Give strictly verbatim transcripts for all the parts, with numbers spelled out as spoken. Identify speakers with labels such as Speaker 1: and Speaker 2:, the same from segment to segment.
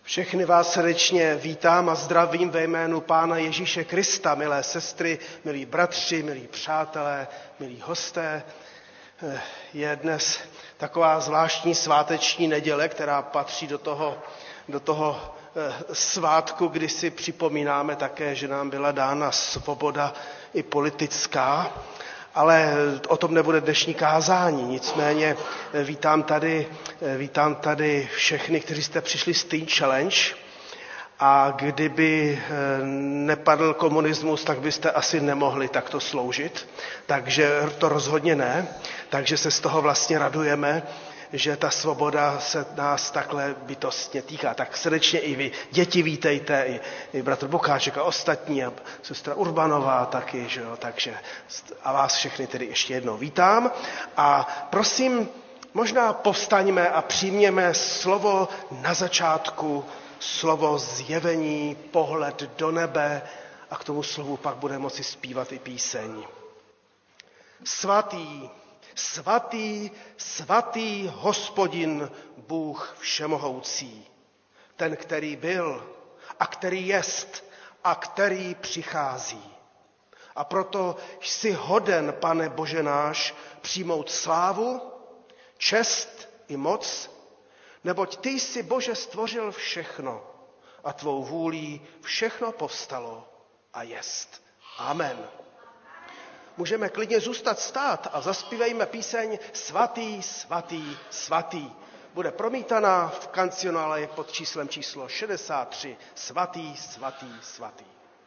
Speaker 1: Všechny vás srdečně vítám a zdravím ve jménu Pána Ježíše Krista, milé sestry, milí bratři, milí přátelé, milí hosté. Je dnes taková zvláštní sváteční neděle, která patří do toho, do toho svátku, kdy si připomínáme také, že nám byla dána svoboda i politická. Ale o tom nebude dnešní kázání, nicméně vítám tady, vítám tady všechny, kteří jste přišli z Teen Challenge a kdyby nepadl komunismus, tak byste asi nemohli takto sloužit, takže to rozhodně ne, takže se z toho vlastně radujeme, že ta svoboda se nás takhle bytostně týká. Tak srdečně i vy, děti vítejte, i, i bratr Bukáček a ostatní, a sestra Urbanová taky, že jo, takže a vás všechny tedy ještě jednou vítám. A prosím, možná povstaňme a přijměme slovo na začátku, slovo zjevení, pohled do nebe a k tomu slovu pak bude moci zpívat i píseň. Svatý, Svatý, svatý Hospodin, Bůh všemohoucí, ten, který byl a který jest a který přichází. A proto jsi hoden, Pane Bože náš, přijmout slávu, čest i moc, neboť ty jsi, Bože, stvořil všechno a tvou vůlí všechno povstalo a jest. Amen. Můžeme klidně zůstat stát a zaspívejme píseň Svatý, svatý, svatý. Bude promítaná v kancionále pod číslem číslo šedesát tři. Svatý, svatý, svatý.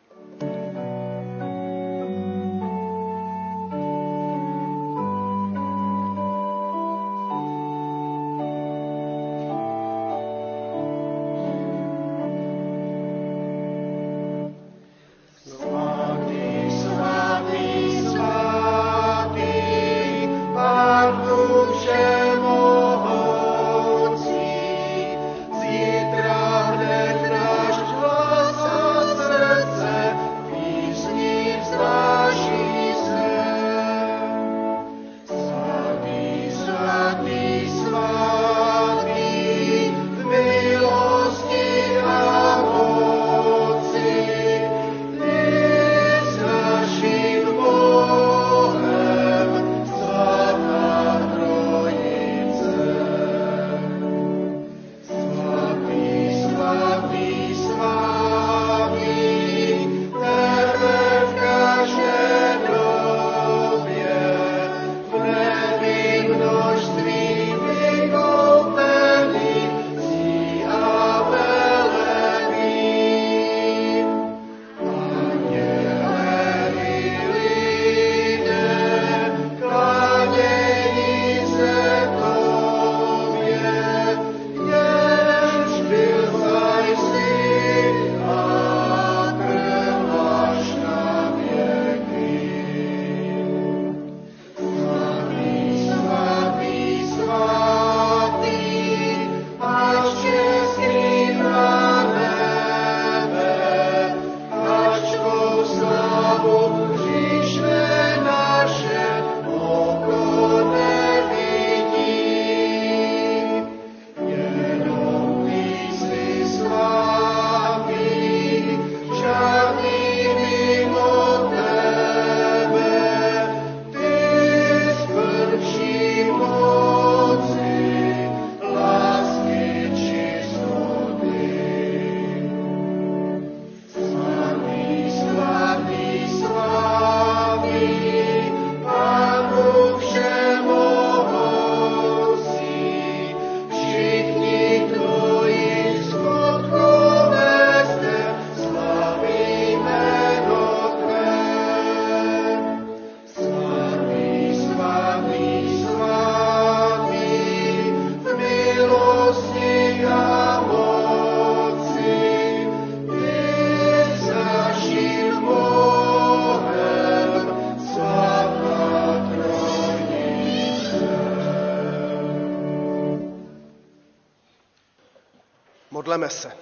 Speaker 1: Modleme se.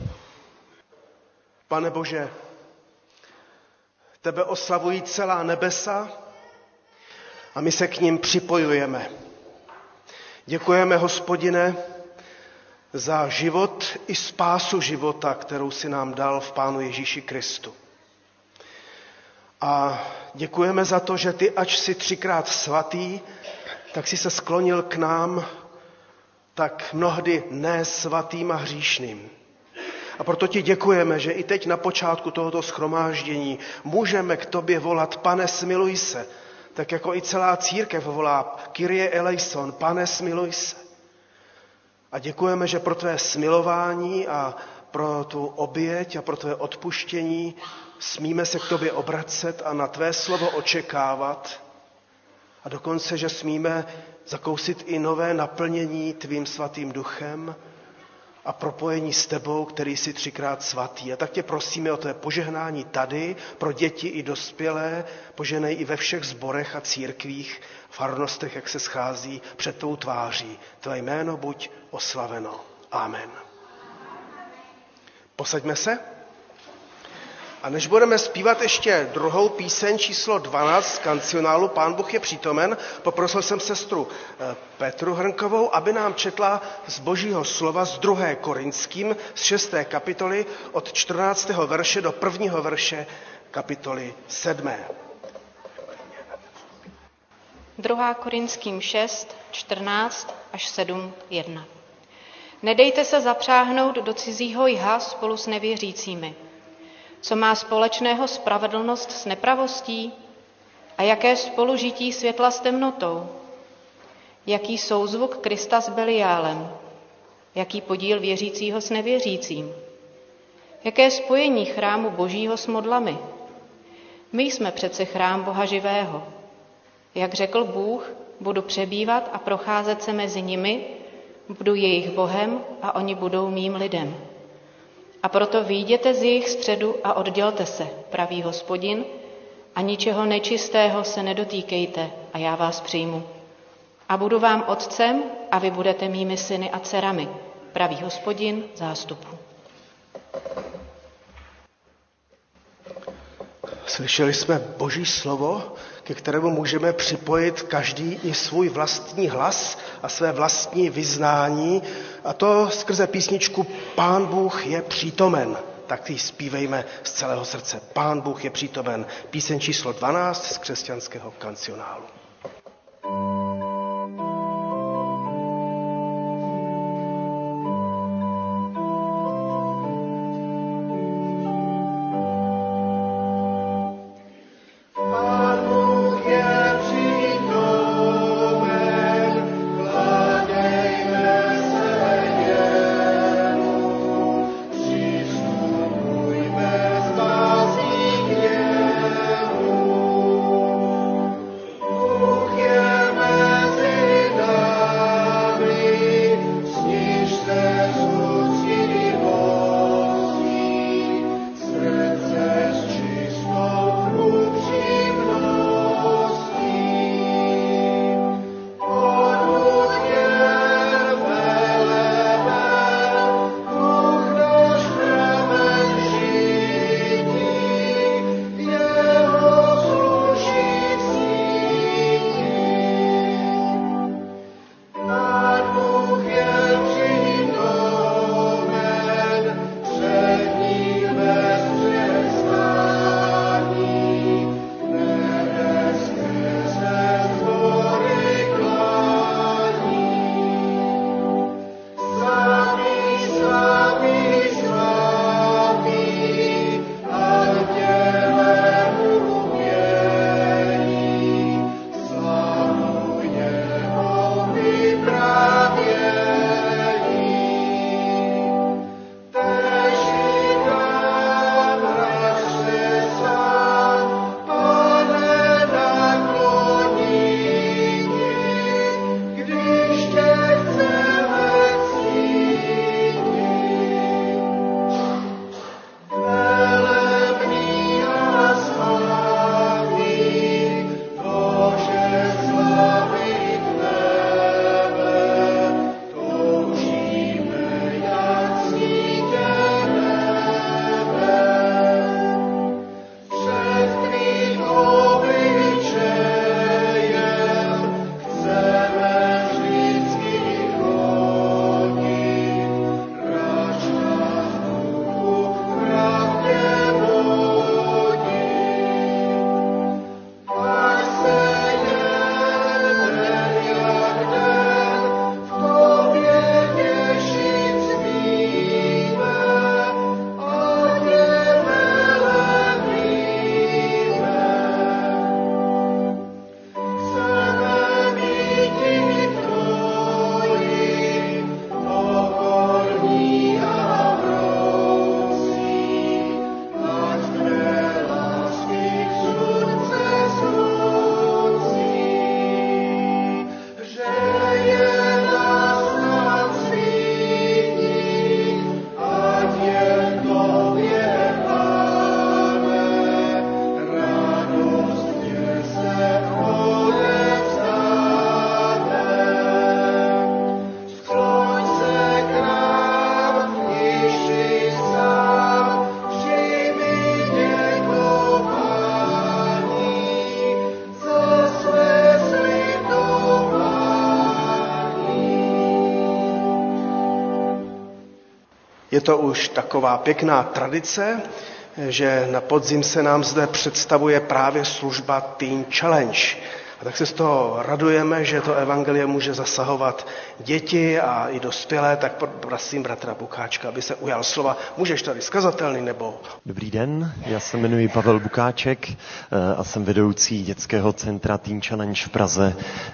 Speaker 1: Pane Bože, tebe oslavují celá nebesa a my se k nim připojujeme. Děkujeme, Hospodine, za život i spásu života, kterou si nám dal v Pánu Ježíši Kristu. A děkujeme za to, že ty, ač jsi třikrát svatý, tak jsi se sklonil k nám tak mnohdy nesvatým a hříšným. A proto ti děkujeme, že i teď na počátku tohoto shromáždění můžeme k tobě volat: Pane, smiluj se, tak jako i celá církev volá Kyrie eleison, Pane, smiluj se. A děkujeme, že pro tvé smilování a pro tu oběť a pro tvé odpuštění smíme se k tobě obracet a na tvé slovo očekávat. A dokonce, že smíme zakousit i nové naplnění tvým svatým duchem a propojení s tebou, který jsi třikrát svatý. A tak tě prosíme o tvé požehnání tady, pro děti i dospělé, poženej i ve všech sborech a církvích, farnostech, jak se schází před tvou tváří. Tvé jméno buď oslaveno. Amen. Posaďme se. A než budeme zpívat ještě druhou píseň číslo dvanáct z kancionálu Pán Bůh je přítomen, poprosil jsem sestru Petru Hrnkovou, aby nám četla z Božího slova z druhé Korinským z šesté kapitoly od čtrnáctého verše do prvního verše kapitoly sedmé.
Speaker 2: druhá Korinským šest, čtrnáct až sedm, jedna. Nedejte se zapřáhnout do cizího jha spolu s nevěřícími. Co má společného spravedlnost s nepravostí? A jaké spolužití světla s temnotou? Jaký souzvuk Krista s Beliálem? Jaký podíl věřícího s nevěřícím? Jaké spojení chrámu Božího s modlami? My jsme přece chrám Boha živého. Jak řekl Bůh, budu přebývat a procházet se mezi nimi, budu jejich Bohem a oni budou mým lidem. A proto vyjděte z jejich středu a oddělte se, praví Hospodin, a ničeho nečistého se nedotýkejte a já vás přijmu. A budu vám otcem a vy budete mými syny a dcerami, praví Hospodin zástupu.
Speaker 1: Slyšeli jsme Boží slovo, ke kterému můžeme připojit každý i svůj vlastní hlas a své vlastní vyznání, a to skrze písničku Pán Bůh je přítomen. Tak ji zpívejme z celého srdce. Pán Bůh je přítomen. Píseň číslo dvanáct z křesťanského kancionálu.
Speaker 3: Oh
Speaker 1: Je to už taková pěkná tradice, že na podzim se nám zde představuje právě služba Teen Challenge. A tak se z toho radujeme, že to evangelie může zasahovat děti a i dospělé, tak prosím bratra Bukáčka, aby se ujal slova. Můžeš tady skazatelný nebo...
Speaker 3: Dobrý den, já se jmenuji Pavel Bukáček a jsem vedoucí dětského centra Teen Challenge v Praze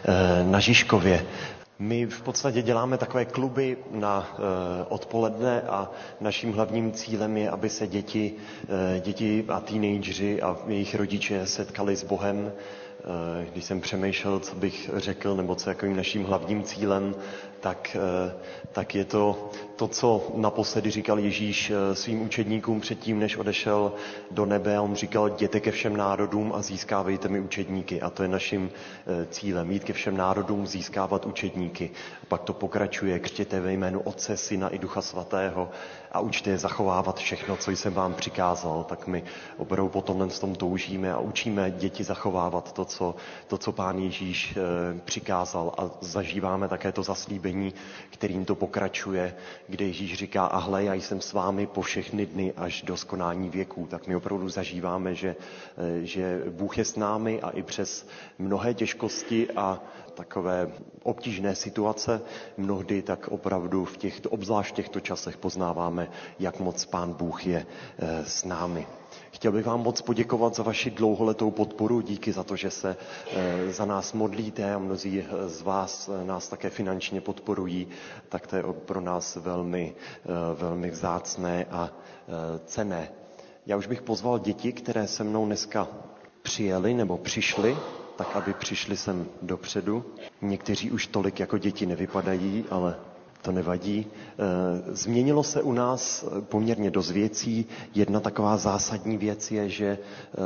Speaker 3: na Žižkově. My v podstatě děláme takové kluby na uh, odpoledne a naším hlavním cílem je, aby se děti, uh, děti a teenageři a jejich rodiče setkali s Bohem. Uh, když jsem přemýšlel, co bych řekl, nebo co je jako naším hlavním cílem, tak, uh, tak je to to, co naposledy říkal Ježíš svým učedníkům předtím, než odešel do nebe. A on říkal, jděte ke všem národům a získávejte mi učedníky. A to je naším cílem, jít ke všem národům, získávat učedníky. A pak to pokračuje, křtěte ve jménu Otce, Syna i Ducha Svatého a učte je zachovávat všechno, co jsem vám přikázal. Tak my opravdu po tomhle s tom toužíme a učíme děti zachovávat to, co, to, co Pán Ježíš přikázal. A zažíváme také to zaslíbení, kterým to pokračuje, kde Ježíš říká, a hle, já jsem s vámi po všechny dny až do skonání věků. Tak my opravdu zažíváme, že, že Bůh je s námi a i přes mnohé těžkosti a takové obtížné situace mnohdy, tak opravdu v těchto, obzvlášť v těchto časech poznáváme, jak moc Pán Bůh je s námi. Chtěl bych vám moc poděkovat za vaši dlouholetou podporu, díky za to, že se za nás modlíte a mnozí z vás nás také finančně podporují, tak to je pro nás velmi, velmi vzácné a cenné. Já už bych pozval děti, které se mnou dneska přijeli nebo přišli, tak aby přišli sem dopředu. Někteří už tolik jako děti nevypadají, ale to nevadí. Změnilo se u nás poměrně dost věcí. Jedna taková zásadní věc je, že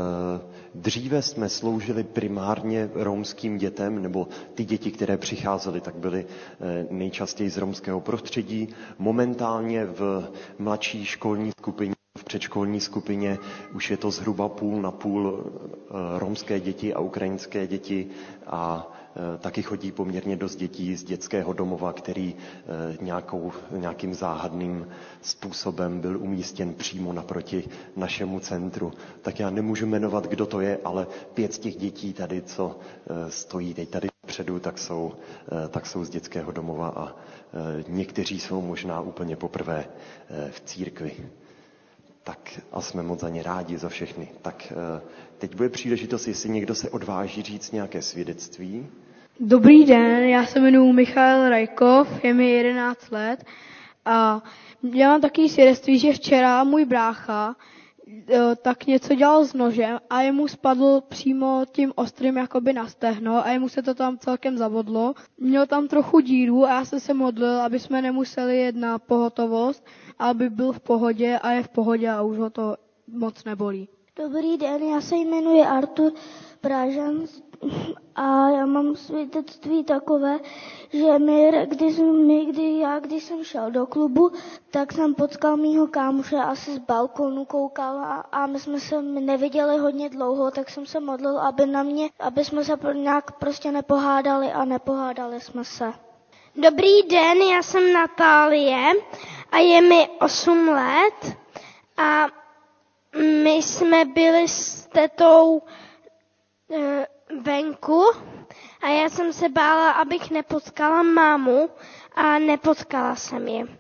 Speaker 3: dříve jsme sloužili primárně romským dětem, nebo ty děti, které přicházely, tak byly nejčastěji z romského prostředí. Momentálně v mladší školní skupině, v předškolní skupině už je to zhruba půl na půl romské děti a ukrajinské děti a taky chodí poměrně dost dětí z dětského domova, který nějakou, nějakým záhadným způsobem byl umístěn přímo naproti našemu centru. Tak já nemůžu jmenovat, kdo to je, ale pět z těch dětí tady, co stojí teď tady předu, tak jsou, tak jsou z dětského domova a někteří jsou možná úplně poprvé v církvi. Tak a jsme moc za ně rádi, za všechny. Tak teď bude příležitost, jestli někdo se odváží říct nějaké svědectví.
Speaker 4: Dobrý den, já se jmenuji Michal Rajkov, je mi jedenáct let a já mám takový svědectví, že včera můj brácha tak něco dělal s nožem a jemu spadl přímo tím ostrým jakoby na stehno a jemu se to tam celkem zabodlo. Měl tam trochu díru a já jsem se modlil, aby jsme nemuseli jet na pohotovost, aby byl v pohodě a je v pohodě a už ho to moc nebolí.
Speaker 5: Dobrý den, já se jmenuji Artur Pražan a já mám svědectví takové, že my, když, my, kdy, já, když jsem šel do klubu, tak jsem potkal mýho kámoše, asi z balkonu koukal a, a my jsme se neviděli hodně dlouho, tak jsem se modlil, aby na mě, aby jsme se nějak prostě nepohádali a nepohádali jsme se.
Speaker 6: Dobrý den, já jsem Natálie a je mi osm let a my jsme byli s tetou e, venku a já jsem se bála, abych nepotkala mámu a nepotkala jsem ji.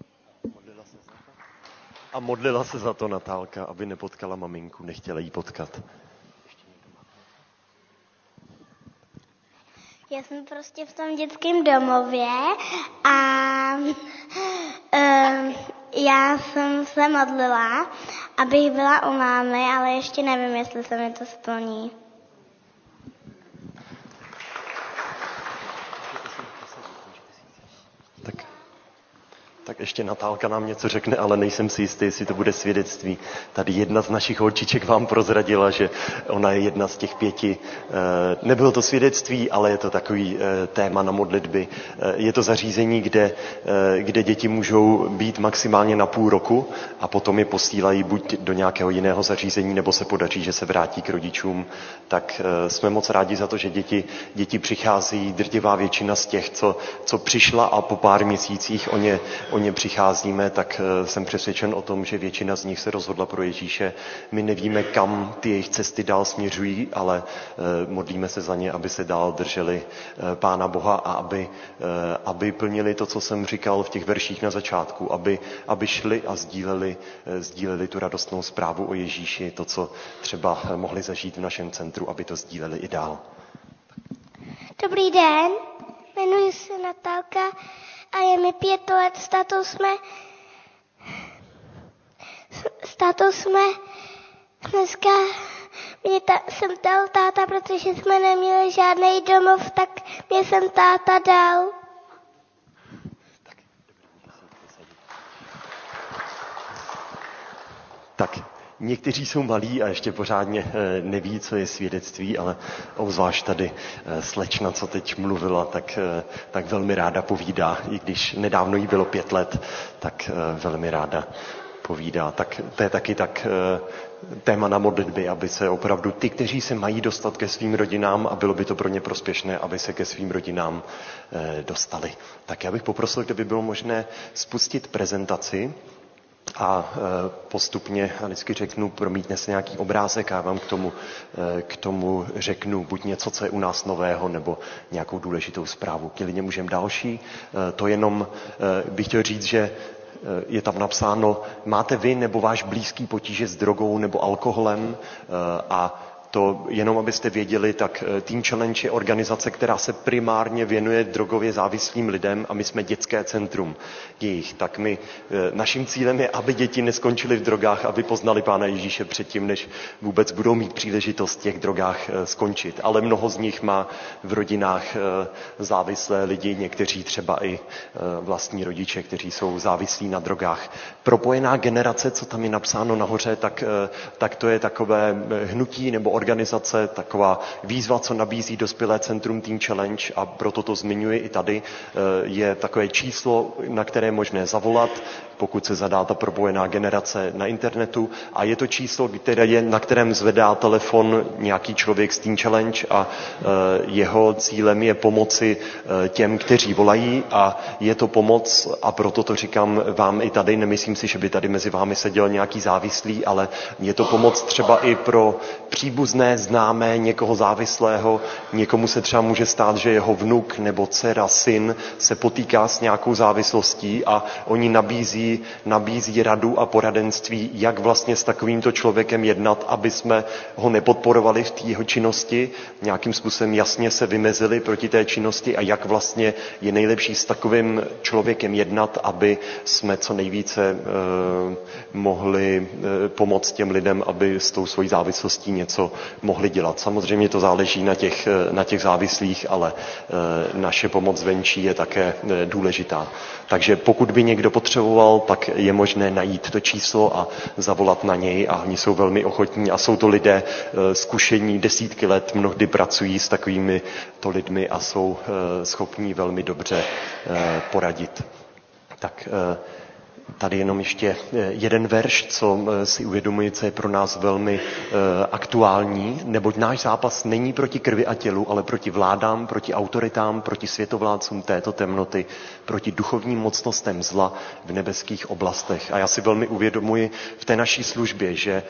Speaker 3: A modlila se za to Natálka, aby nepotkala maminku, nechtěla jí potkat.
Speaker 5: Já jsem prostě v tom dětském domově a um, já jsem se modlila, abych byla u mámy, ale ještě nevím, jestli se mi to splní.
Speaker 3: Tak, tak ještě Natálka nám něco řekne, ale nejsem si jistý, jestli to bude svědectví. Tady jedna z našich holčiček vám prozradila, že ona je jedna z těch pěti. Nebylo to svědectví, ale je to takový téma na modlitby. Je to zařízení, kde, kde děti můžou být maximálně na půl roku a potom je posílají buď do nějakého jiného zařízení, nebo se podaří, že se vrátí k rodičům. Tak jsme moc rádi za to, že děti, děti přichází, drtivá většina z těch, co, co přišla a po pár měsících o ně o ně přicházíme, tak jsem přesvědčen o tom, že většina z nich se rozhodla pro Ježíše. My nevíme, kam ty jejich cesty dál směřují, ale modlíme se za ně, aby se dál drželi Pána Boha a aby, aby plnili to, co jsem říkal v těch verších na začátku, aby, aby šli a sdíleli, sdíleli tu radostnou zprávu o Ježíši, to, co třeba mohli zažít v našem centru, aby to sdíleli i dál.
Speaker 6: Dobrý den, jmenuji se Natálka a je mi pět let. S tátou jsme, s tátou jsme dneska, mě ta, jsem dal táta, protože jsme neměli žádný domov, tak mě jsem táta dal.
Speaker 3: Tak, někteří jsou malí a ještě pořádně neví, co je svědectví, ale obzvlášť tady slečna, co teď mluvila, tak, tak velmi ráda povídá. I když nedávno jí bylo pět let, tak velmi ráda povídá. Tak to je taky tak téma na modlitby, aby se opravdu ty, kteří se mají dostat ke svým rodinám a bylo by to pro ně prospěšné, aby se ke svým rodinám dostali. Tak já bych poprosil, kdyby bylo možné spustit prezentaci, a postupně, a vždycky řeknu, promítne se nějaký obrázek a já vám k tomu, k tomu řeknu buď něco, co je u nás nového, nebo nějakou důležitou zprávu. Klidně můžeme další. To jenom bych chtěl říct, že je tam napsáno, máte vy nebo váš blízký potíže s drogou nebo alkoholem a to jenom, abyste věděli, tak Teen Challenge je organizace, která se primárně věnuje drogově závislým lidem a my jsme dětské centrum jejich. Tak my, naším cílem je, aby děti neskončily v drogách, aby poznali Pána Ježíše předtím, než vůbec budou mít příležitost v těch drogách skončit. Ale mnoho z nich má v rodinách závislé lidi, někteří třeba i vlastní rodiče, kteří jsou závislí na drogách. Propojená generace, co tam je napsáno nahoře, tak, tak to je takové hnutí nebo organizace, taková výzva, co nabízí dospělé centrum Teen Challenge a proto to zmiňuji i tady, je takové číslo, na které je možné zavolat, pokud se zadá ta propojená generace na internetu a je to číslo, které je, na kterém zvedá telefon nějaký člověk z Teen Challenge a jeho cílem je pomoci těm, kteří volají a je to pomoc a proto to říkám vám i tady, nemyslím si, že by tady mezi vámi seděl nějaký závislý, ale je to pomoc třeba i pro příbuzné, známé, někoho závislého, někomu se třeba může stát, že jeho vnuk nebo dcera, syn se potýká s nějakou závislostí a oni nabízí, nabízí radu a poradenství, jak vlastně s takovýmto člověkem jednat, aby jsme ho nepodporovali v té jeho činnosti, nějakým způsobem jasně se vymezili proti té činnosti a jak vlastně je nejlepší s takovým člověkem jednat, aby jsme co nejvíce eh, mohli eh, pomoct těm lidem, aby s tou svojí závislostí něco mohli dělat. Samozřejmě to záleží na těch, na těch závislých, ale e, naše pomoc venčí je také e, důležitá. Takže pokud by někdo potřeboval, tak je možné najít to číslo a zavolat na něj a oni jsou velmi ochotní a jsou to lidé e, zkušení desítky let, mnohdy pracují s takovými to lidmi a jsou e, schopní velmi dobře e, poradit. Tak e, tady jenom ještě jeden verš, co si uvědomuji, co je pro nás velmi aktuální, neboť náš zápas není proti krvi a tělu, ale proti vládám, proti autoritám, proti světovládcům této temnoty, proti duchovním mocnostem zla v nebeských oblastech. A já si velmi uvědomuji v té naší službě, že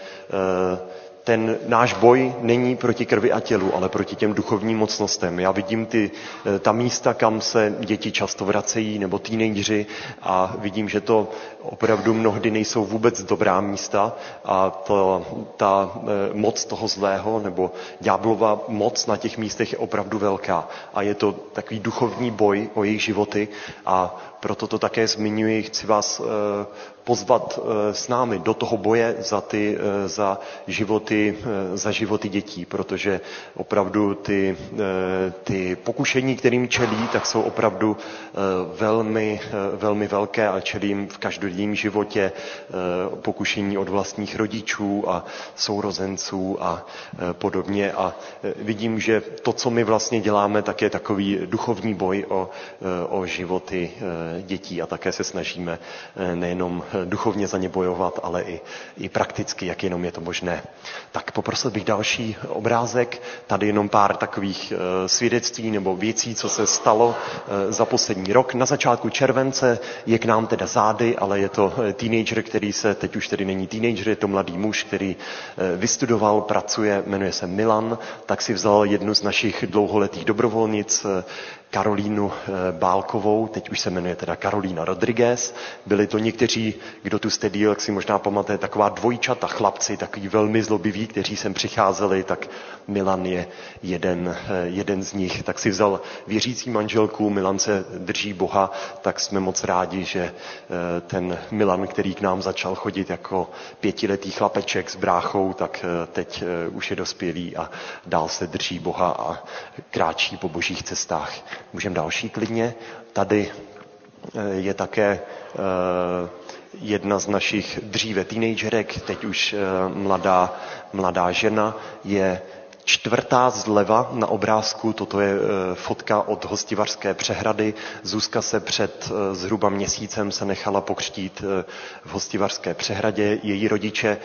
Speaker 3: ten náš boj není proti krvi a tělu, ale proti těm duchovním mocnostem. Já vidím ty, ta místa, kam se děti často vracejí, nebo teenageři a vidím, že to opravdu mnohdy nejsou vůbec dobrá místa a to, ta moc toho zlého nebo ďáblova moc na těch místech je opravdu velká. A je to takový duchovní boj o jejich životy a proto to také zmiňuji, chci vás pozvat s námi do toho boje za, ty, za, životy, za životy dětí, protože opravdu ty, ty pokušení, kterým čelí, tak jsou opravdu velmi, velmi velké a čelím v každodenním životě pokušení od vlastních rodičů a sourozenců a podobně. A vidím, že to, co my vlastně děláme, tak je takový duchovní boj o, o životy dětí a také se snažíme nejenom duchovně za ně bojovat, ale i, i prakticky, jak jenom je to možné. Tak poprosil bych další obrázek. Tady jenom pár takových svědectví nebo věcí, co se stalo za poslední rok. Na začátku července je k nám teda zády, ale je to teenager, který se, teď už tedy není teenager, je to mladý muž, který vystudoval, pracuje, jmenuje se Milan, tak si vzal jednu z našich dlouholetých dobrovolnic, Karolínu Bálkovou, teď už se jmenuje teda Karolína Rodriguez. Byli to někteří, kdo tu jste díl, jak si možná pamatuje, taková dvojčata chlapci, takový velmi zlobiví, kteří sem přicházeli, tak Milan je jeden, jeden z nich. Tak si vzal věřící manželku, Milan se drží Boha, tak jsme moc rádi, že ten Milan, který k nám začal chodit jako pětiletý chlapeček s bráchou, tak teď už je dospělý a dál se drží Boha a kráčí po božích cestách. Můžeme další klidně. Tady je také jedna z našich dříve teenagerek, teď už mladá, mladá žena, je čtvrtá zleva na obrázku, toto je fotka od Hostivařské přehrady. Zuzka se před zhruba měsícem se nechala pokřtít v Hostivařské přehradě. Její rodiče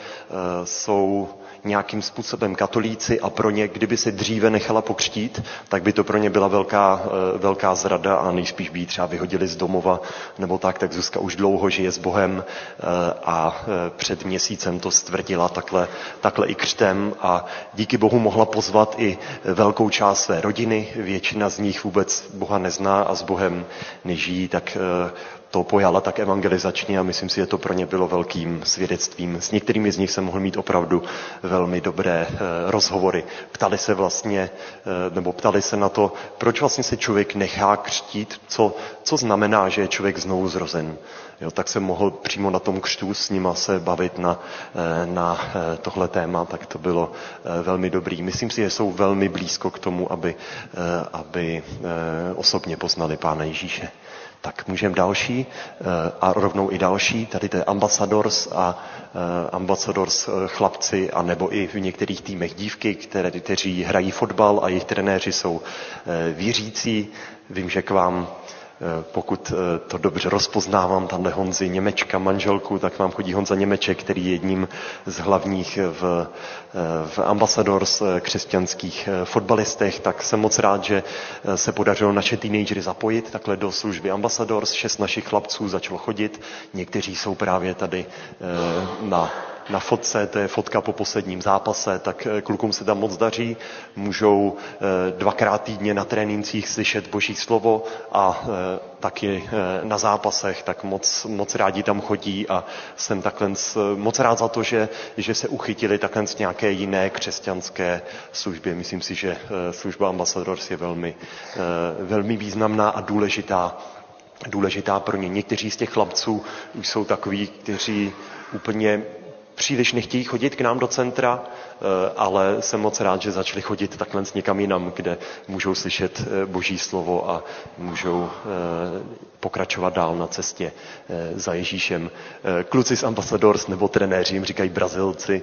Speaker 3: jsou nějakým způsobem katolíci a pro ně, kdyby se dříve nechala pokřtít, tak by to pro ně byla velká, velká zrada a nejspíš by ji třeba vyhodili z domova nebo tak, tak Zuzka už dlouho žije s Bohem a před měsícem to stvrdila takhle, takhle i křtem a díky Bohu mohla pozvat i velkou část své rodiny, většina z nich vůbec Boha nezná a s Bohem nežijí, tak to pojala tak evangelizačně a myslím si, že to pro ně bylo velkým svědectvím. S některými z nich jsem mohl mít opravdu velmi dobré rozhovory. Ptali se vlastně, nebo ptali se na to, proč vlastně se člověk nechá křtít, co, co znamená, že je člověk znovu zrozen. Jo, tak jsem mohl přímo na tom křtu s nima se bavit na, na tohle téma, tak to bylo velmi dobrý. Myslím si, že jsou velmi blízko k tomu, aby, aby osobně poznali Pána Ježíše. Tak můžeme další a rovnou i další. Tady to je Ambassadors a Ambassadors chlapci a nebo i v některých týmech dívky, které, kteří hrají fotbal a jejich trenéři jsou věřící. Vím, že k vám, pokud to dobře rozpoznávám, tamhle Honzi Němečka, manželku, tak vám chodí Honza Němeček, který je jedním z hlavních v, v Ambassadors křesťanských fotbalistech, tak jsem moc rád, že se podařilo naše teenagery zapojit takhle do služby Ambassadors. Šest našich chlapců začalo chodit, někteří jsou právě tady na Na fotce, to je fotka po posledním zápase, tak klukům se tam moc daří, můžou dvakrát týdně na trénincích slyšet Boží slovo a taky na zápasech, tak moc, moc rádi tam chodí a jsem takhle moc rád za to, že, že se uchytili takhle z nějaké jiné křesťanské službě. Myslím si, že služba Ambassadors je velmi, velmi významná a důležitá, důležitá pro ně. Někteří z těch chlapců už jsou takoví, kteří úplně příliš nechtějí chodit k nám do centra, ale jsem moc rád, že začali chodit takhle s někam jinam, kde můžou slyšet Boží slovo a můžou pokračovat dál na cestě za Ježíšem. Kluci z Ambassadors nebo trenéři jim říkají Brazilci,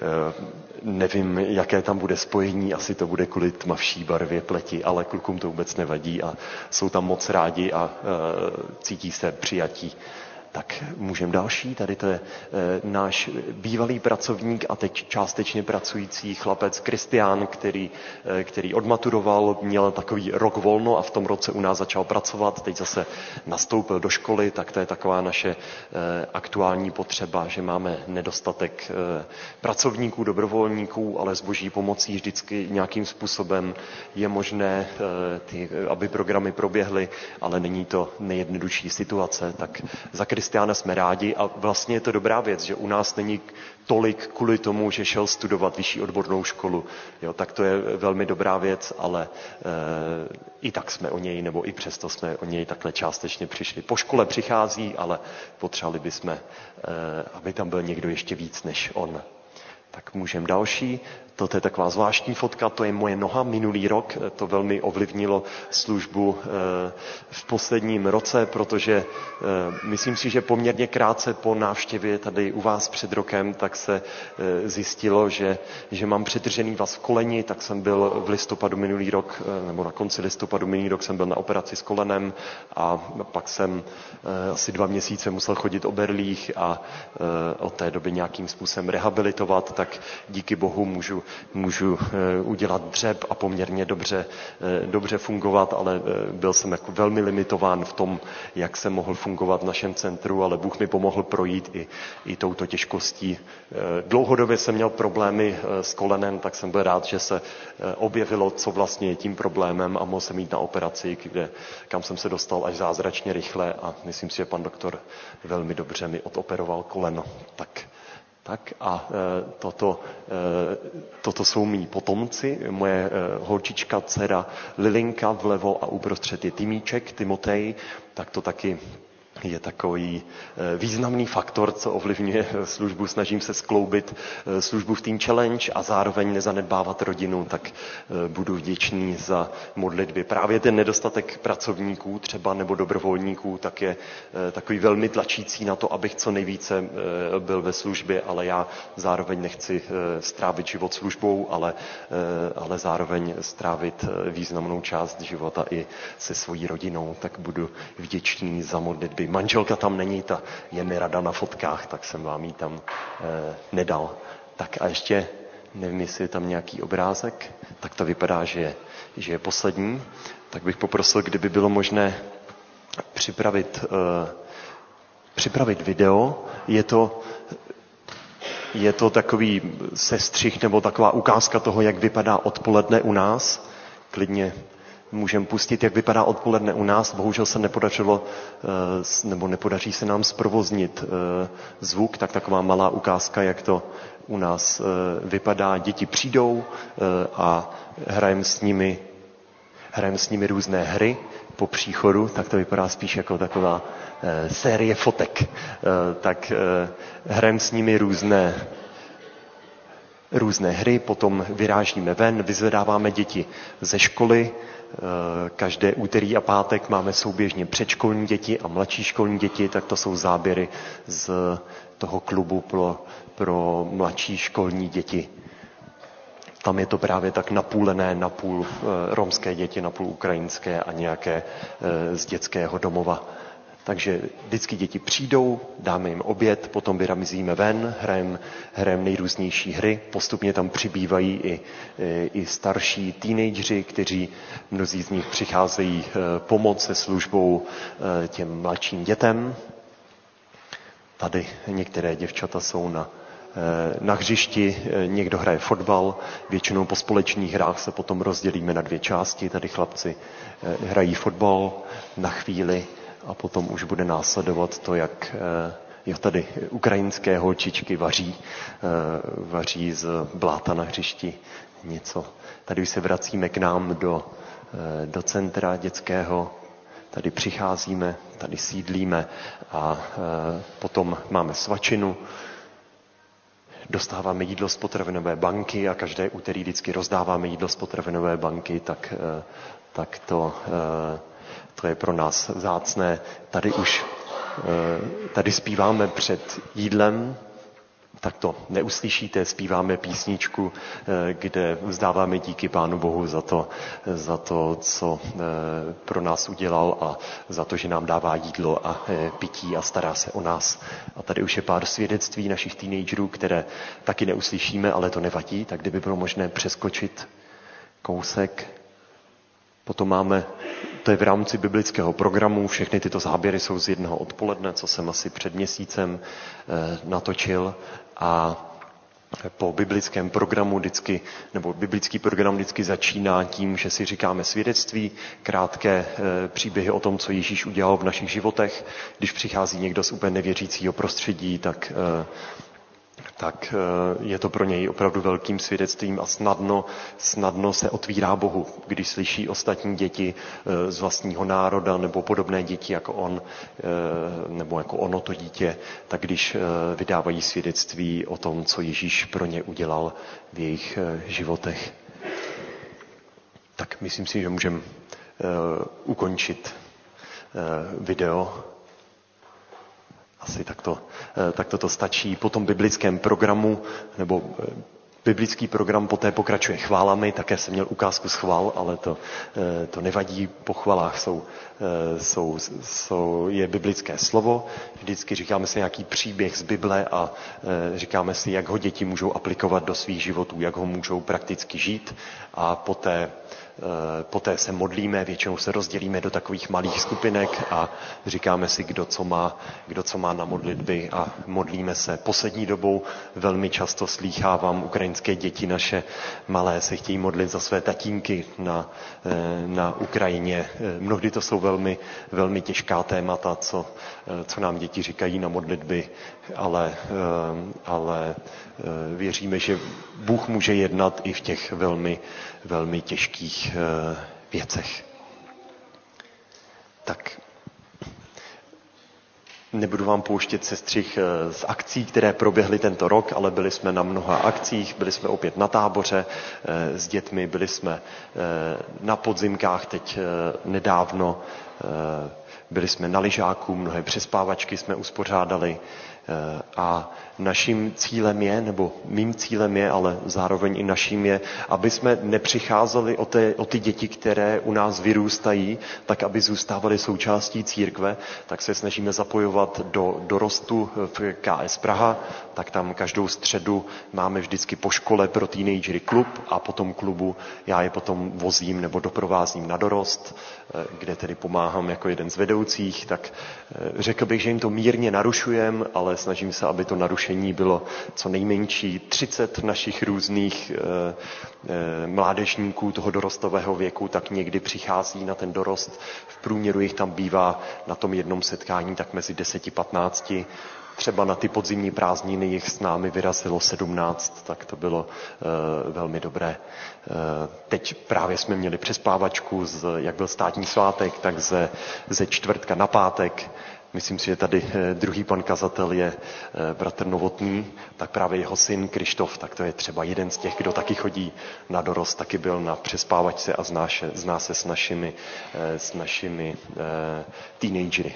Speaker 3: nevím, jaké tam bude spojení, asi to bude kvůli tmavší barvě pleti, ale klukům to vůbec nevadí a jsou tam moc rádi a cítí se přijatí. Tak můžeme další, tady to je e, náš bývalý pracovník a teď částečně pracující chlapec Kristián, který, e, který odmaturoval, měl takový rok volno a v tom roce u nás začal pracovat, teď zase nastoupil do školy, tak to je taková naše e, aktuální potřeba, že máme nedostatek e, pracovníků, dobrovolníků, ale s Boží pomocí vždycky nějakým způsobem je možné, e, ty, aby programy proběhly, ale není to nejjednodušší situace, tak za Kristiána jsme rádi a vlastně je to dobrá věc, že u nás není tolik kvůli tomu, že šel studovat vyšší odbornou školu. Jo, tak to je velmi dobrá věc, ale e, i tak jsme o něj, nebo i přesto jsme o něj takhle částečně přišli. Po škole přichází, ale potřebovali bychom, e, aby tam byl někdo ještě víc než on. Tak můžeme další. Toto je taková zvláštní fotka, to je moje noha minulý rok. To velmi ovlivnilo službu v posledním roce, protože myslím si, že poměrně krátce po návštěvě tady u vás před rokem, tak se zjistilo, že, že mám přetržený vaz v koleni, tak jsem byl v listopadu minulý rok, nebo na konci listopadu minulý rok jsem byl na operaci s kolenem a pak jsem asi dva měsíce musel chodit o berlích a od té doby nějakým způsobem rehabilitovat, tak díky Bohu můžu můžu udělat dřep a poměrně dobře, dobře fungovat, ale byl jsem jako velmi limitován v tom, jak jsem mohl fungovat v našem centru, ale Bůh mi pomohl projít i, i touto těžkostí. Dlouhodobě jsem měl problémy s kolenem, tak jsem byl rád, že se objevilo, co vlastně je tím problémem a mohl jsem jít na operaci, kde, kam jsem se dostal až zázračně rychle a myslím si, že pan doktor velmi dobře mi odoperoval koleno. Tak Tak a e, toto, e, toto jsou mý potomci, moje e, holčička, dcera Lilinka vlevo a uprostřed je Timíček, Timotej, tak to taky je takový významný faktor, co ovlivňuje službu. Snažím se skloubit službu v Teen Challenge a zároveň nezanedbávat rodinu, tak budu vděčný za modlitby. Právě ten nedostatek pracovníků třeba nebo dobrovolníků tak je takový velmi tlačící na to, abych co nejvíce byl ve službě, ale já zároveň nechci strávit život službou, ale, ale zároveň strávit významnou část života i se svojí rodinou, tak budu vděčný za modlitby. Manželka tam není, ta je mi rada na fotkách, tak jsem vám ji tam e, nedal. Tak a ještě, nevím, jestli je tam nějaký obrázek, tak to vypadá, že je, že je poslední. Tak bych poprosil, kdyby bylo možné připravit, e, připravit video. Je to, je to takový sestřih nebo taková ukázka toho, jak vypadá odpoledne u nás. Klidně můžeme pustit, jak vypadá odpoledne u nás. Bohužel se nepodařilo, nebo nepodaří se nám zprovoznit zvuk, tak taková malá ukázka, jak to u nás vypadá. Děti přijdou a hrajeme s nimi, hrajeme s nimi různé hry po příchodu, tak to vypadá spíš jako taková série fotek. Tak hrajeme s nimi různé různé hry, potom vyrážíme ven, vyzvedáváme děti ze školy. Každé úterý a pátek máme souběžně předškolní děti a mladší školní děti, tak to jsou záběry z toho klubu pro, pro mladší školní děti. Tam je to právě tak napůlené, napůl romské děti, napůl ukrajinské a nějaké z dětského domova. Takže vždycky děti přijdou, dáme jim oběd, potom vyramizíme ven, hrajeme hrajem nejrůznější hry, postupně tam přibývají i, i starší teenageři, kteří mnozí z nich přicházejí pomoct se službou těm mladším dětem. Tady některé děvčata jsou na, na hřišti, někdo hraje fotbal, většinou po společných hrách se potom rozdělíme na dvě části, tady chlapci hrají fotbal na chvíli, a potom už bude následovat to, jak jo, tady ukrajinské holčičky vaří, vaří z bláta na hřišti něco. Tady už se vracíme k nám do, do centra dětského, tady přicházíme, tady sídlíme a potom máme svačinu, dostáváme jídlo z potravinové banky a každé úterý vždycky rozdáváme jídlo z potravinové banky, tak, tak to... To je pro nás vzácné. Tady už tady zpíváme před jídlem, tak to neuslyšíte, zpíváme písničku, kde vzdáváme díky Pánu Bohu za to, za to, co pro nás udělal a za to, že nám dává jídlo a pití a stará se o nás. A tady už je pár svědectví našich teenagerů, které taky neuslyšíme, ale to nevadí, tak kdyby bylo možné přeskočit kousek. Potom máme, to je v rámci biblického programu, všechny tyto záběry jsou z jednoho odpoledne, co jsem asi před měsícem eh, natočil a po biblickém programu vždycky, nebo biblický program vždycky začíná tím, že si říkáme svědectví, krátké e, příběhy o tom, co Ježíš udělal v našich životech. Když přichází někdo z úplně nevěřícího prostředí, tak, e, tak je to pro něj opravdu velkým svědectvím a snadno, snadno se otvírá Bohu, když slyší ostatní děti z vlastního národa nebo podobné děti jako on, nebo jako ono to dítě, tak když vydávají svědectví o tom, co Ježíš pro ně udělal v jejich životech. Tak myslím si, že můžeme ukončit video. Asi takto, takto to stačí. Po tom biblickém programu, nebo biblický program poté pokračuje chválami, také jsem měl ukázku z chval, ale to, to nevadí, po chvalách jsou, jsou, jsou, je biblické slovo. Vždycky říkáme si nějaký příběh z Bible a říkáme si, jak ho děti můžou aplikovat do svých životů, jak ho můžou prakticky žít a poté Poté se modlíme, většinou se rozdělíme do takových malých skupinek a říkáme si, kdo co má, kdo co má na modlitby a modlíme se. Poslední dobou velmi často slýchávám, ukrajinské děti naše malé se chtějí modlit za své tatínky na, na Ukrajině. Mnohdy to jsou velmi, velmi těžká témata, co, co nám děti říkají na modlitby, ale, ale věříme, že Bůh může jednat i v těch velmi, velmi těžkých věcech. Tak nebudu vám pouštět sestřih z akcí, které proběhly tento rok, ale byli jsme na mnoha akcích, byli jsme opět na táboře s dětmi, byli jsme na podzimkách teď nedávno, byli jsme na lyžáku, mnohé přespávačky jsme uspořádali a naším cílem je, nebo mým cílem je, ale zároveň i naším je, aby jsme nepřicházeli o, té, o ty děti, které u nás vyrůstají, tak aby zůstávaly součástí církve, tak se snažíme zapojovat do dorostu v K S Praha, tak tam každou středu máme vždycky po škole pro teenagery klub a po tom klubu já je potom vozím nebo doprovázím na dorost, kde tedy pomáhám jako jeden z vedoucích, tak řekl bych, že jim to mírně narušujem, ale snažím se, aby to narušení bylo co nejmenší. třicet našich různých e, e, mládežníků toho dorostového věku tak někdy přichází na ten dorost. V průměru jich tam bývá na tom jednom setkání tak mezi deset a patnáct. Třeba na ty podzimní prázdniny jich s námi vyrazilo sedmnáct, tak to bylo e, velmi dobré. E, teď právě jsme měli přespávačku, z, jak byl státní svátek, tak ze, ze čtvrtka na pátek. Myslím si, že tady druhý pan kazatel je bratr Novotný, tak právě jeho syn Krištof, tak to je třeba jeden z těch, kdo taky chodí na dorost, taky byl na přespávačce a zná, zná se s našimi, s našimi teenagery.